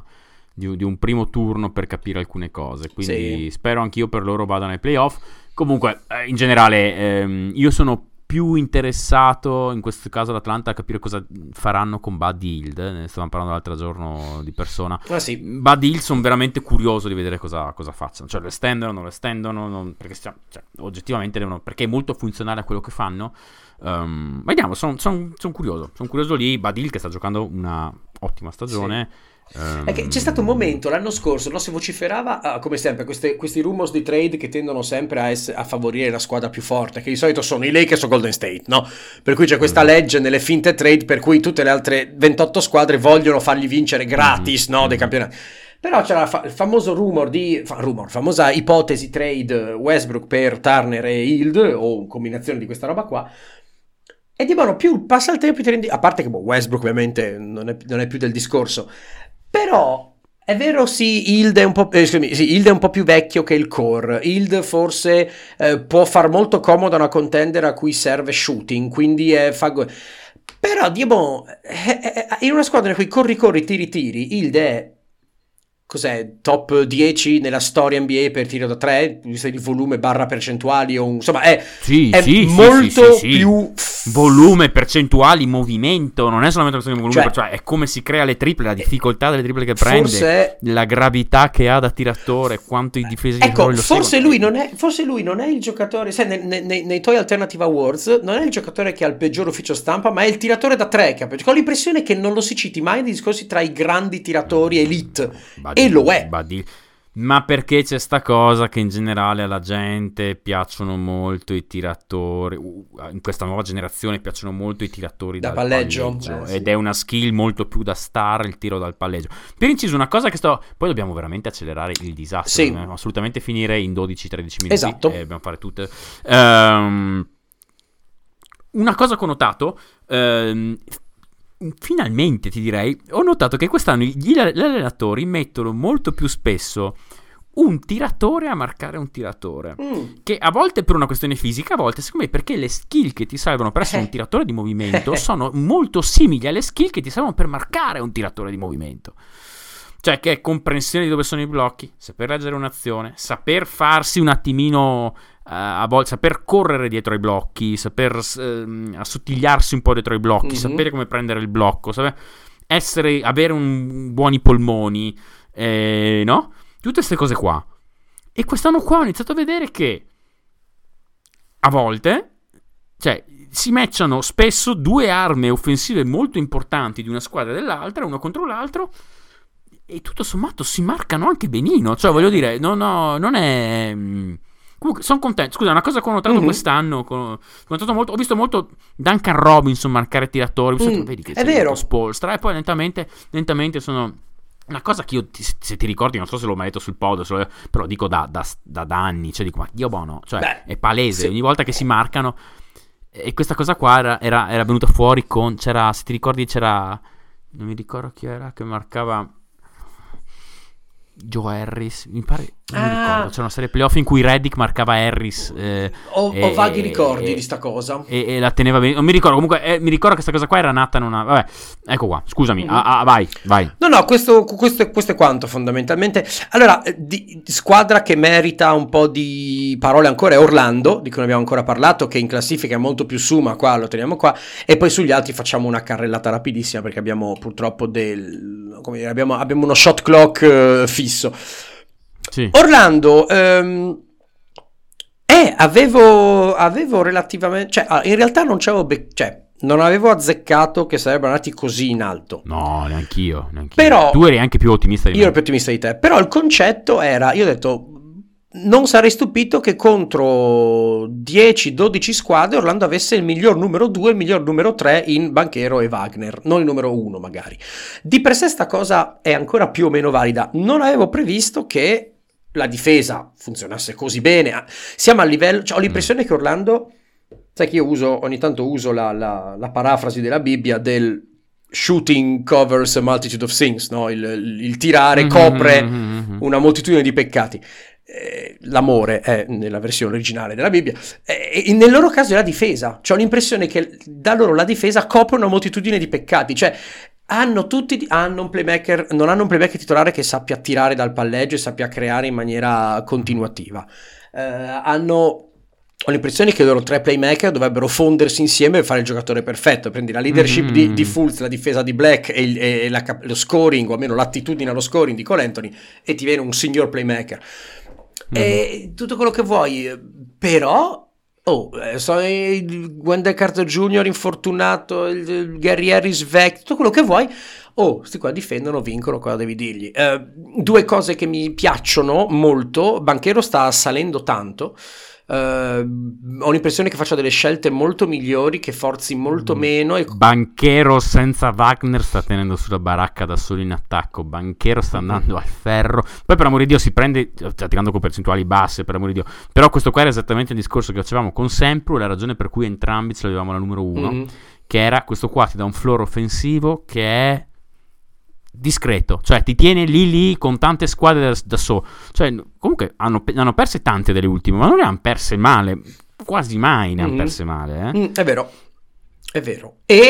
un primo turno per capire alcune cose, quindi spero anch'io per loro vadano ai playoff. Comunque in generale io sono più interessato in questo caso all'Atlanta a capire cosa faranno con Buddy Hield. Ne stavamo parlando l'altro giorno di persona. Buddy Hield sono veramente curioso di vedere cosa facciano, cioè lo estendono, non lo estendono, perché oggettivamente perché è molto funzionale a quello che fanno. Vediamo, sono curioso lì. Buddy Hield che sta giocando una ottima stagione. È che c'è stato un momento l'anno scorso, si vociferava come sempre questi rumors di trade che tendono sempre a favorire la squadra più forte, che di solito sono i Lakers o Golden State, no? Per cui c'è questa legge nelle finte trade per cui tutte le altre 28 squadre vogliono fargli vincere gratis, no, dei campionati. Però c'era il famoso famosa ipotesi trade Westbrook per Turner e Hield, o combinazione di questa roba qua. E di buono, più passa il tempo, a parte che Westbrook ovviamente non è più del discorso. Però è vero, Hield è un po' più vecchio che il core. Hield forse può far molto comodo una contender a cui serve shooting, quindi però in una squadra in cui corri, tiri, Hield è cos'è, top 10 nella storia NBA per tiro da 3, di volume barra percentuali, o insomma è molto più volume, percentuali, movimento, non è solamente una questione di volume, cioè è come si crea le triple, la difficoltà delle triple che prende, la gravità che ha da tiratore, quanto i difesi lo forse lui non è il giocatore, sai, nei tuoi Alternative Awards non è il giocatore che ha il peggior ufficio stampa, ma è il tiratore da 3 che ho l'impressione che non lo si citi mai nei discorsi tra i grandi tiratori elite. E lo è. Ma perché c'è sta cosa che in generale alla gente piacciono molto i tiratori, in questa nuova generazione piacciono molto i tiratori da dal palleggio, ed è una skill molto più da star il tiro dal palleggio. Per inciso, una cosa che poi dobbiamo veramente accelerare il disastro, dobbiamo assolutamente finire in 12-13 minuti, esatto. Dobbiamo fare tutte. Una cosa che ho notato, finalmente ti direi, ho notato che quest'anno gli allenatori mettono molto più spesso un tiratore a marcare un tiratore, che a volte per una questione fisica, a volte secondo me perché le skill che ti servono per essere un tiratore di movimento sono molto simili alle skill che ti servono per marcare un tiratore di movimento. Cioè che è comprensione di dove sono i blocchi, saper leggere un'azione, saper farsi un attimino a volte, saper correre dietro ai blocchi, saper assottigliarsi un po' dietro ai blocchi, sapere come prendere il blocco, avere buoni polmoni, no? Tutte queste cose qua. E quest'anno qua ho iniziato a vedere che a volte, cioè, si matchano spesso due armi offensive molto importanti di una squadra e dell'altra, uno contro l'altro, e tutto sommato si marcano anche benino. Cioè, voglio dire, non è... Comunque, sono contento. Scusa, una cosa che ho notato quest'anno, ho visto molto Duncan Robinson marcare tiratori. Vedi che è vero. Spolstra, e poi lentamente sono... Una cosa che io, se ti ricordi, non so se l'ho mai detto sul pod, però dico da anni, cioè dico, ma Dio buono, cioè è palese, ogni volta che si marcano, e questa cosa qua era venuta fuori se ti ricordi non mi ricordo chi era che marcava, Joe Harris, mi pare, non mi ricordo, c'era una serie playoff in cui Redick marcava Harris, ho vaghi ricordi di sta cosa e la teneva bene, non mi ricordo, comunque mi ricordo che questa cosa qua era nata in una, vabbè, ecco qua, scusami, vai. No, questo è quanto fondamentalmente. Allora, di squadra che merita un po' di parole ancora è Orlando, di cui non abbiamo ancora parlato, che in classifica è molto più su, ma qua lo teniamo qua, e poi sugli altri facciamo una carrellata rapidissima perché abbiamo purtroppo abbiamo uno shot clock fisso. Sì. Orlando avevo relativamente, cioè in realtà non c'avevo non avevo azzeccato che sarebbero andati così in alto. No, neanch'io. Però tu eri anche più ottimista di me. Io ero più ottimista di te. Però il concetto era, io ho detto, non sarei stupito che contro 10-12 squadre Orlando avesse il miglior numero 2, il miglior numero 3 in Banchero e Wagner, non il numero 1 magari. Di per sé sta cosa è ancora più o meno valida. Non avevo previsto che la difesa funzionasse così bene. Siamo a livello, cioè ho l'impressione che Orlando, sai che io ogni tanto uso la parafrasi della Bibbia del shooting covers a multitude of sins, no? Il tirare copre una moltitudine di peccati. L'amore è nella versione originale della Bibbia, e nel loro caso è la difesa. Cioè ho l'impressione che da loro la difesa copre una moltitudine di peccati. Cioè hanno un playmaker, non hanno un playmaker titolare che sappia tirare dal palleggio e sappia creare in maniera continuativa. Ho l'impressione che i loro tre playmaker dovrebbero fondersi insieme e fare il giocatore perfetto. Prendi la leadership di Fultz, la difesa di Black e lo scoring, o almeno l'attitudine allo scoring di Cole Anthony, e ti viene un signor playmaker. E tutto quello che vuoi, però Wendell Carter Jr. infortunato, il Gary Harris vecchio, tutto quello che vuoi. Sti qua difendono, vincono, cosa devi dirgli? Due cose che mi piacciono molto: Banchero sta salendo tanto. Ho l'impressione che faccia delle scelte molto migliori, che forzi molto meno. Banchero senza Wagner sta tenendo sulla baracca da solo in attacco. Banchero sta andando al ferro. Poi, per amore di Dio, si prende, sta tirando con percentuali basse, per amore di Dio. Però questo qua era esattamente il discorso che facevamo con Sempru, la ragione per cui entrambi ce l'avevamo la numero 1, che era questo qua: ti dà un floor offensivo che è discreto, cioè ti tiene lì con tante squadre da solo. Cioè, comunque hanno perse tante delle ultime, ma non le hanno perse male, quasi mai ne hanno perse male, È vero. E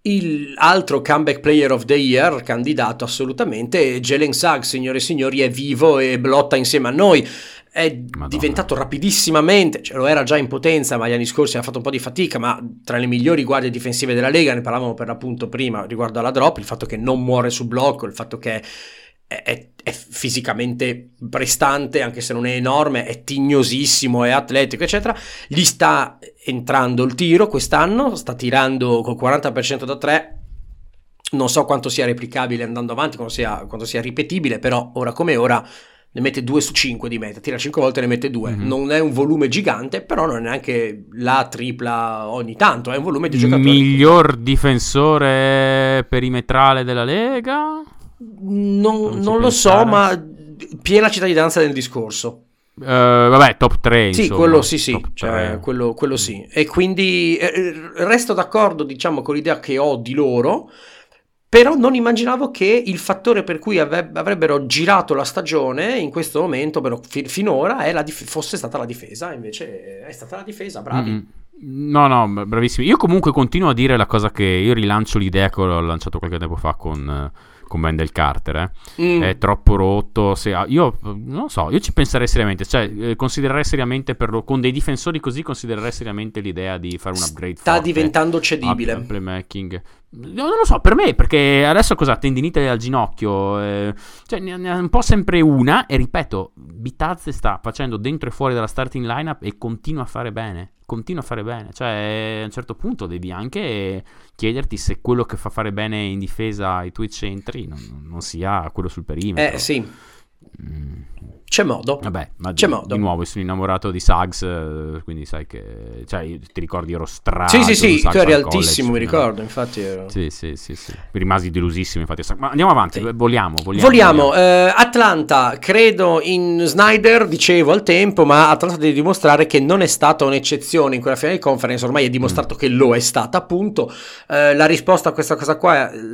Il altro comeback player of the year candidato assolutamente, Jalen Suggs, signore e signori, è vivo e lotta insieme a noi. È diventato rapidissimamente, cioè lo era già in potenza, ma gli anni scorsi ha fatto un po' di fatica, ma tra le migliori guardie difensive della Lega. Ne parlavamo per l'appunto prima riguardo alla drop, il fatto che non muore su blocco, il fatto che è fisicamente prestante, anche se non è enorme, è tignosissimo, è atletico, eccetera. Gli sta entrando il tiro quest'anno, sta tirando col 40% da 3. Non so quanto sia replicabile andando avanti, quanto sia ripetibile, però ora come ora ne mette 2 su 5 di meta, tira 5 volte e ne mette 2. Non è un volume gigante, però non è neanche la tripla ogni tanto, è un volume di giocatori. Miglior difensore perimetrale della Lega? Non lo so, ma piena cittadinanza del discorso. Vabbè, top 3 insomma. Sì, quello sì, cioè, quello sì. E quindi resto d'accordo, diciamo, con l'idea che ho di loro, però non immaginavo che il fattore per cui avrebbero girato la stagione in questo momento, però finora, fosse stata la difesa. Invece è stata la difesa, bravi. No, bravissimi. Io comunque continuo a dire la cosa che io rilancio l'idea che ho lanciato qualche tempo fa con Wendell Carter, è troppo rotto. Io non so, io ci penserei seriamente, cioè considererei seriamente con dei difensori così, considererei seriamente l'idea di fare un upgrade. Sta diventando cedibile. Playmaking. Non lo so, per me, perché adesso cosa? Tendinite al ginocchio, cioè ne ha un po' sempre una, e ripeto, Bitadze sta facendo dentro e fuori dalla starting lineup e continua a fare bene, cioè a un certo punto devi anche chiederti se quello che fa fare bene in difesa ai tuoi centri non sia quello sul perimetro. Sì. C'è modo. Vabbè, ma c'è modo. Di nuovo sono innamorato di Suggs, quindi sai che, cioè, ti ricordi, ero sì, tu eri altissimo, mi ricordo, infatti ero... Sì, rimasi delusissimo, infatti. Ma andiamo avanti, sì. Vogliamo. Atlanta, credo in Snyder, dicevo al tempo, ma Atlanta deve dimostrare che non è stata un'eccezione in quella finale di conference, ormai è dimostrato che lo è stata, appunto. La risposta a questa cosa qua è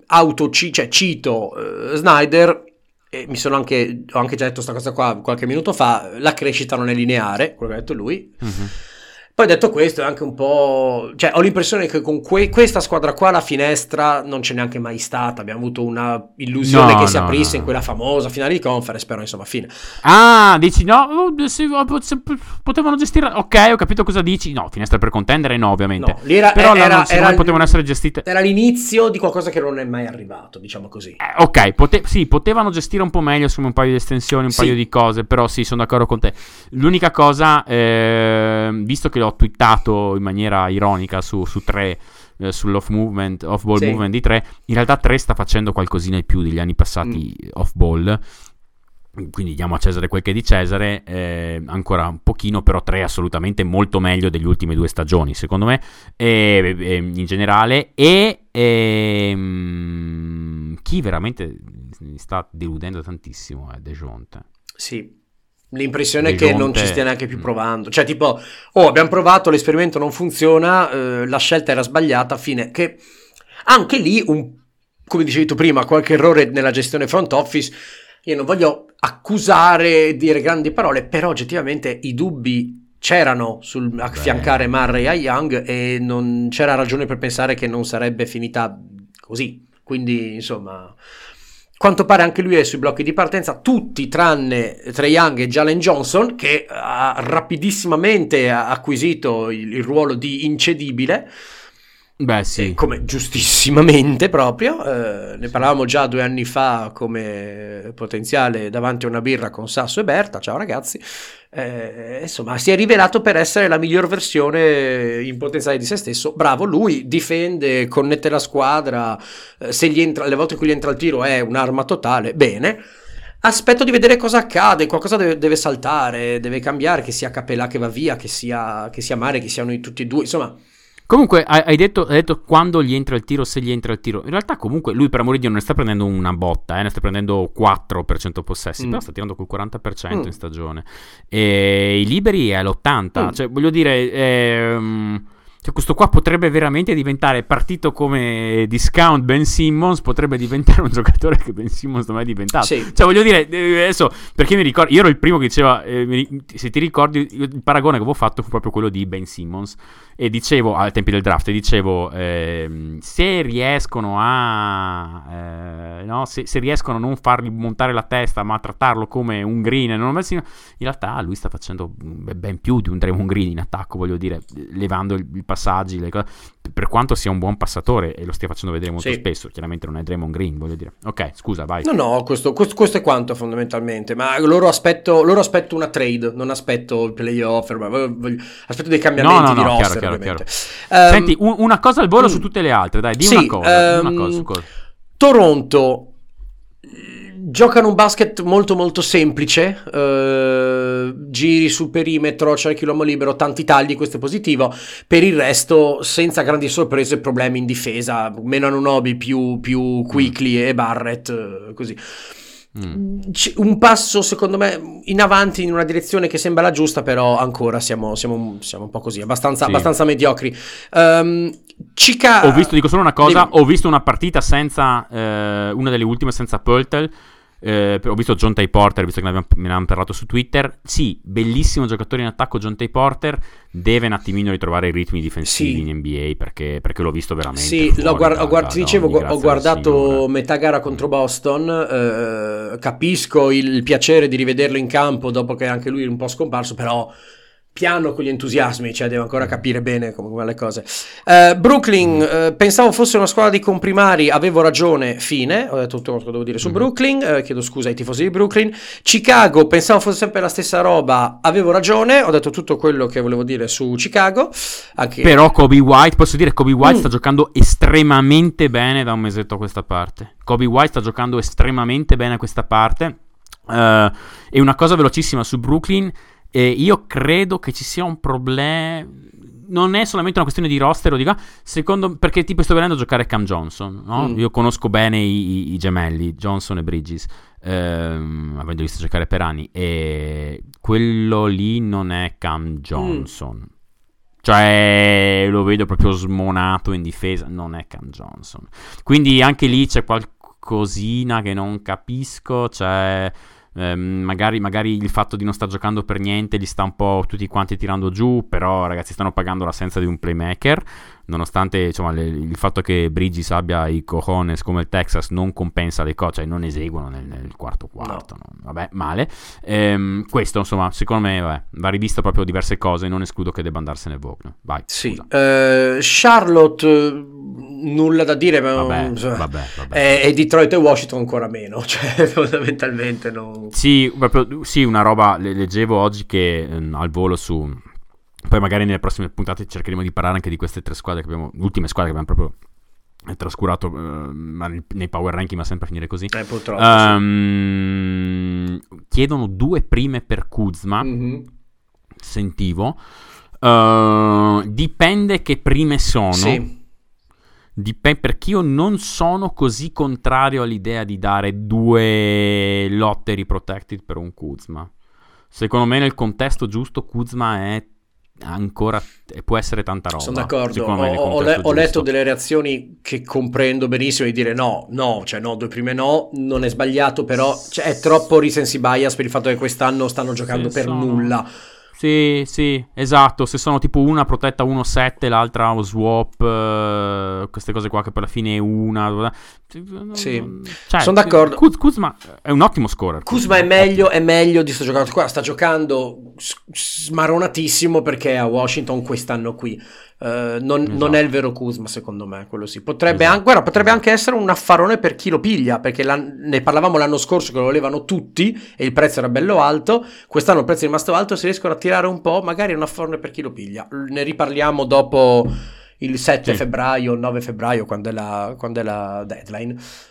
cito Snyder. E ho anche già detto questa cosa qua qualche minuto fa, la crescita non è lineare, quello che ha detto lui. Poi detto questo è anche un po', cioè ho l'impressione che con questa squadra qua la finestra non c'è neanche mai stata, abbiamo avuto una illusione che si aprisse in quella famosa finale di conference, però insomma fine. Dici no, potevano gestire, ok, ho capito cosa dici, no, finestra per contendere no, ovviamente, no, però potevano essere gestite, era l'inizio di qualcosa che non è mai arrivato, diciamo così. Ok, potevano gestire un po' meglio, insomma, un paio di estensioni, un paio di cose, però sì, sono d'accordo con te. L'unica cosa, visto che l'ho twittato in maniera ironica su 3, sull'off ball movement di 3, in realtà 3 sta facendo qualcosina in più degli anni passati off ball, quindi diamo a Cesare quel che è di Cesare, ancora un pochino, però 3 assolutamente molto meglio degli ultime 2 stagioni secondo me, in generale, e chi veramente mi sta deludendo tantissimo è DeJounte. Sì, l'impressione è che non ci stia neanche più provando, cioè tipo abbiamo provato, l'esperimento non funziona, la scelta era sbagliata, fine. Che anche lì come dicevi tu prima, qualche errore nella gestione front office. Io non voglio accusare e dire grandi parole, però oggettivamente i dubbi c'erano sul affiancare Murray a Young, e non c'era ragione per pensare che non sarebbe finita così. Quindi insomma, quanto pare anche lui è sui blocchi di partenza, tutti tranne Trae Young e Jalen Johnson, che ha rapidissimamente acquisito il ruolo di incedibile. Beh, sì. Come giustissimamente proprio, ne parlavamo già 2 anni fa come potenziale davanti a una birra con Sasso e Berta, ciao ragazzi. Insomma, si è rivelato per essere la miglior versione in potenziale di se stesso. Bravo lui, difende, connette la squadra, le volte in cui gli entra il tiro è un'arma totale, bene. Aspetto di vedere cosa accade, qualcosa deve saltare, deve cambiare, che sia Capelà che va via, che sia Mare, che siano tutti e due, insomma. Comunque hai detto quando gli entra il tiro, se gli entra il tiro. In realtà comunque lui, per amore di Dio, non ne sta prendendo una botta, ne sta prendendo 4% possessi, però sta tirando col 40% in stagione. E i liberi è all'80%, cioè voglio dire, Cioè, questo qua potrebbe veramente diventare, partito come discount Ben Simmons, potrebbe diventare un giocatore che Ben Simmons non è diventato. Sì. Cioè, voglio dire, adesso, perché mi ricordo, io ero il primo che diceva, se ti ricordi, il paragone che avevo fatto fu proprio quello di Ben Simmons, e dicevo, ai tempi del draft, se riescono se riescono a non fargli montare la testa, ma a trattarlo come un green, in realtà lui sta facendo ben più di un Draymond Green in attacco, voglio dire, levando i passaggi, le cose, per quanto sia un buon passatore e lo stia facendo vedere molto spesso. Chiaramente non è Draymond Green, voglio dire. Ok, scusa, vai. No, questo è quanto fondamentalmente, ma loro aspetto una trade, non aspetto il playoff, aspetto dei cambiamenti di roster, ovviamente. Senti, una cosa al volo su tutte le altre, dai, di una cosa su cosa. Toronto giocano un basket molto molto semplice, giri sul perimetro, cerchi l'uomo libero, tanti tagli, questo è positivo. Per il resto senza grandi sorprese, problemi in difesa, meno Anunoby, più Quickley e Barrett, così. Un passo secondo me in avanti in una direzione che sembra la giusta, però ancora siamo un po' così, abbastanza mediocri. Chicago. Dico solo una cosa, ho visto una partita senza una delle ultime senza Poeltl. Ho visto John T. Porter, visto che me ne hanno parlato su Twitter. Sì, bellissimo giocatore in attacco John T. Porter, deve un attimino ritrovare i ritmi difensivi in NBA, perché l'ho visto veramente ho guardato metà gara contro Boston, capisco il piacere di rivederlo in campo dopo che anche lui è un po' scomparso, però piano con gli entusiasmi, cioè devo ancora capire bene come le cose. Brooklyn, pensavo fosse una squadra di comprimari, avevo ragione, fine, ho detto tutto quello che devo dire su Brooklyn, chiedo scusa ai tifosi di Brooklyn. Chicago, pensavo fosse sempre la stessa roba, avevo ragione, ho detto tutto quello che volevo dire su Chicago. Però Coby White, posso dire, Coby White sta giocando estremamente bene da un mesetto a questa parte. Coby White sta giocando estremamente bene a questa parte. E una cosa velocissima su Brooklyn, io credo che ci sia un problema, non è solamente una questione di roster, perché tipo sto vedendo giocare Cam Johnson, no? Io conosco bene i gemelli Johnson e Bridges, avendo visto giocare per anni, e quello lì non è Cam Johnson. Cioè lo vedo proprio smonato in difesa, non è Cam Johnson, quindi anche lì c'è qualcosina che non capisco, cioè magari il fatto di non sta giocando per niente gli sta un po' tutti quanti tirando giù, però ragazzi stanno pagando l'assenza di un playmaker, nonostante il fatto che Bridges abbia i cojones come il Texas non compensa le cose, cioè non eseguono nel quarto, no. Vabbè, male. Questo insomma secondo me va rivista proprio diverse cose, non escludo che debba andarsene Vogel. Vai. Sì. Charlotte nulla da dire, ma vabbè. E Detroit e Washington ancora meno, cioè fondamentalmente no. Sì, una roba leggevo oggi che al volo su. Poi magari nelle prossime puntate cercheremo di parlare anche di queste tre squadre ultime squadre che abbiamo proprio trascurato nei power ranking, ma sempre a finire così. Purtroppo chiedono 2 prime per Kuzma. Sentivo. Dipende che prime sono. Sì. Perché io non sono così contrario all'idea di dare 2 lottery protected per un Kuzma. Secondo me nel contesto giusto Kuzma è ancora, può essere tanta roba. Sono d'accordo. Ho letto delle reazioni che comprendo benissimo, di dire no, cioè no, 2 prime no, non è sbagliato, però cioè, è troppo recency bias per il fatto che quest'anno stanno giocando nulla. Sì, esatto. Se sono tipo una protetta 1-7, l'altra o swap, queste cose qua che per la fine è una. Sì, cioè, sono d'accordo. Kuzma è un ottimo scorer. Kuzma è meglio di sto giocatore qua. Sta giocando smaronatissimo perché a Washington quest'anno qui. Non è il vero Kuzma, secondo me, quello sì. Potrebbe anche essere un affarone per chi lo piglia, perché ne parlavamo l'anno scorso che lo volevano tutti e il prezzo era bello alto. Quest'anno il prezzo è rimasto alto, se riescono a tirare un po', magari è un affarone per chi lo piglia. Ne riparliamo dopo il 7 febbraio, il 9 febbraio, quando è la deadline.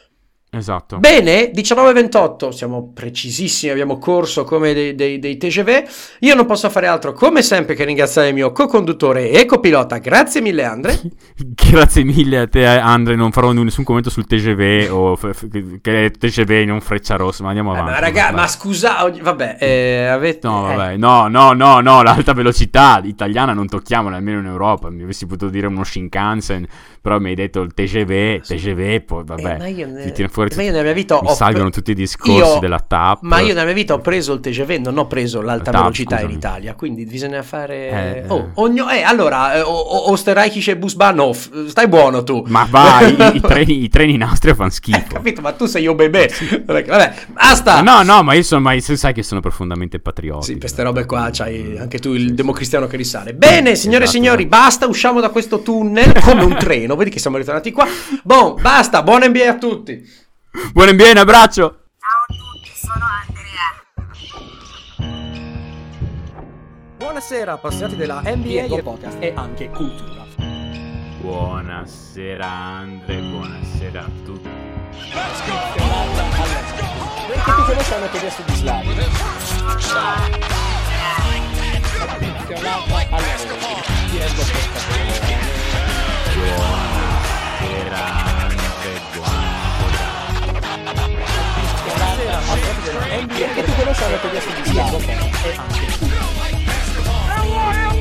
Esatto. Bene, 19:28, siamo precisissimi, abbiamo corso come dei TGV. Io non posso fare altro, come sempre, che ringraziare il mio co-conduttore e copilota. Grazie mille, Andre. Grazie mille a te, Andre. Non farò nessun commento sul TGV o che è TGV non Frecciarossa, ma andiamo avanti. Ma raga, ma scusa, vabbè, avete... No, vabbè, no, l'alta velocità italiana non tocchiamola, almeno in Europa. Mi avessi potuto dire uno Shinkansen, però mi hai detto il TGV, poi vabbè, ma io ti tiene fuori. Ma io nella mia vita salgono tutti i discorsi della TAP. Ma io nella mia vita ho preso il TGV, non ho preso l'alta TAP, velocità scusami. in Italia, quindi bisogna fare... allora, Österreichische Busbahnhof, stai buono tu. Ma vai, i treni in Austria fanno schifo. Capito, ma tu sei io bebè. Vabbè, basta. No, ma io sai che sono profondamente patriottico. Sì, per queste robe qua c'hai anche tu il democristiano che risale. Bene, signore e esatto, signori, basta, usciamo da questo tunnel come un treno, vedi che siamo ritornati qua. Boh, basta, buon NBA a tutti. Buon NBA, un abbraccio. Ciao a tutti, sono Andrea. Buonasera, appassionati della NBA e podcast e anche cultura. Buonasera Andre, buonasera a tutti. Che tu conosci hanno chiesto di Slavi. Buonasera Andre, Che tu conosci hanno chiesto di Slavi e anche cultura.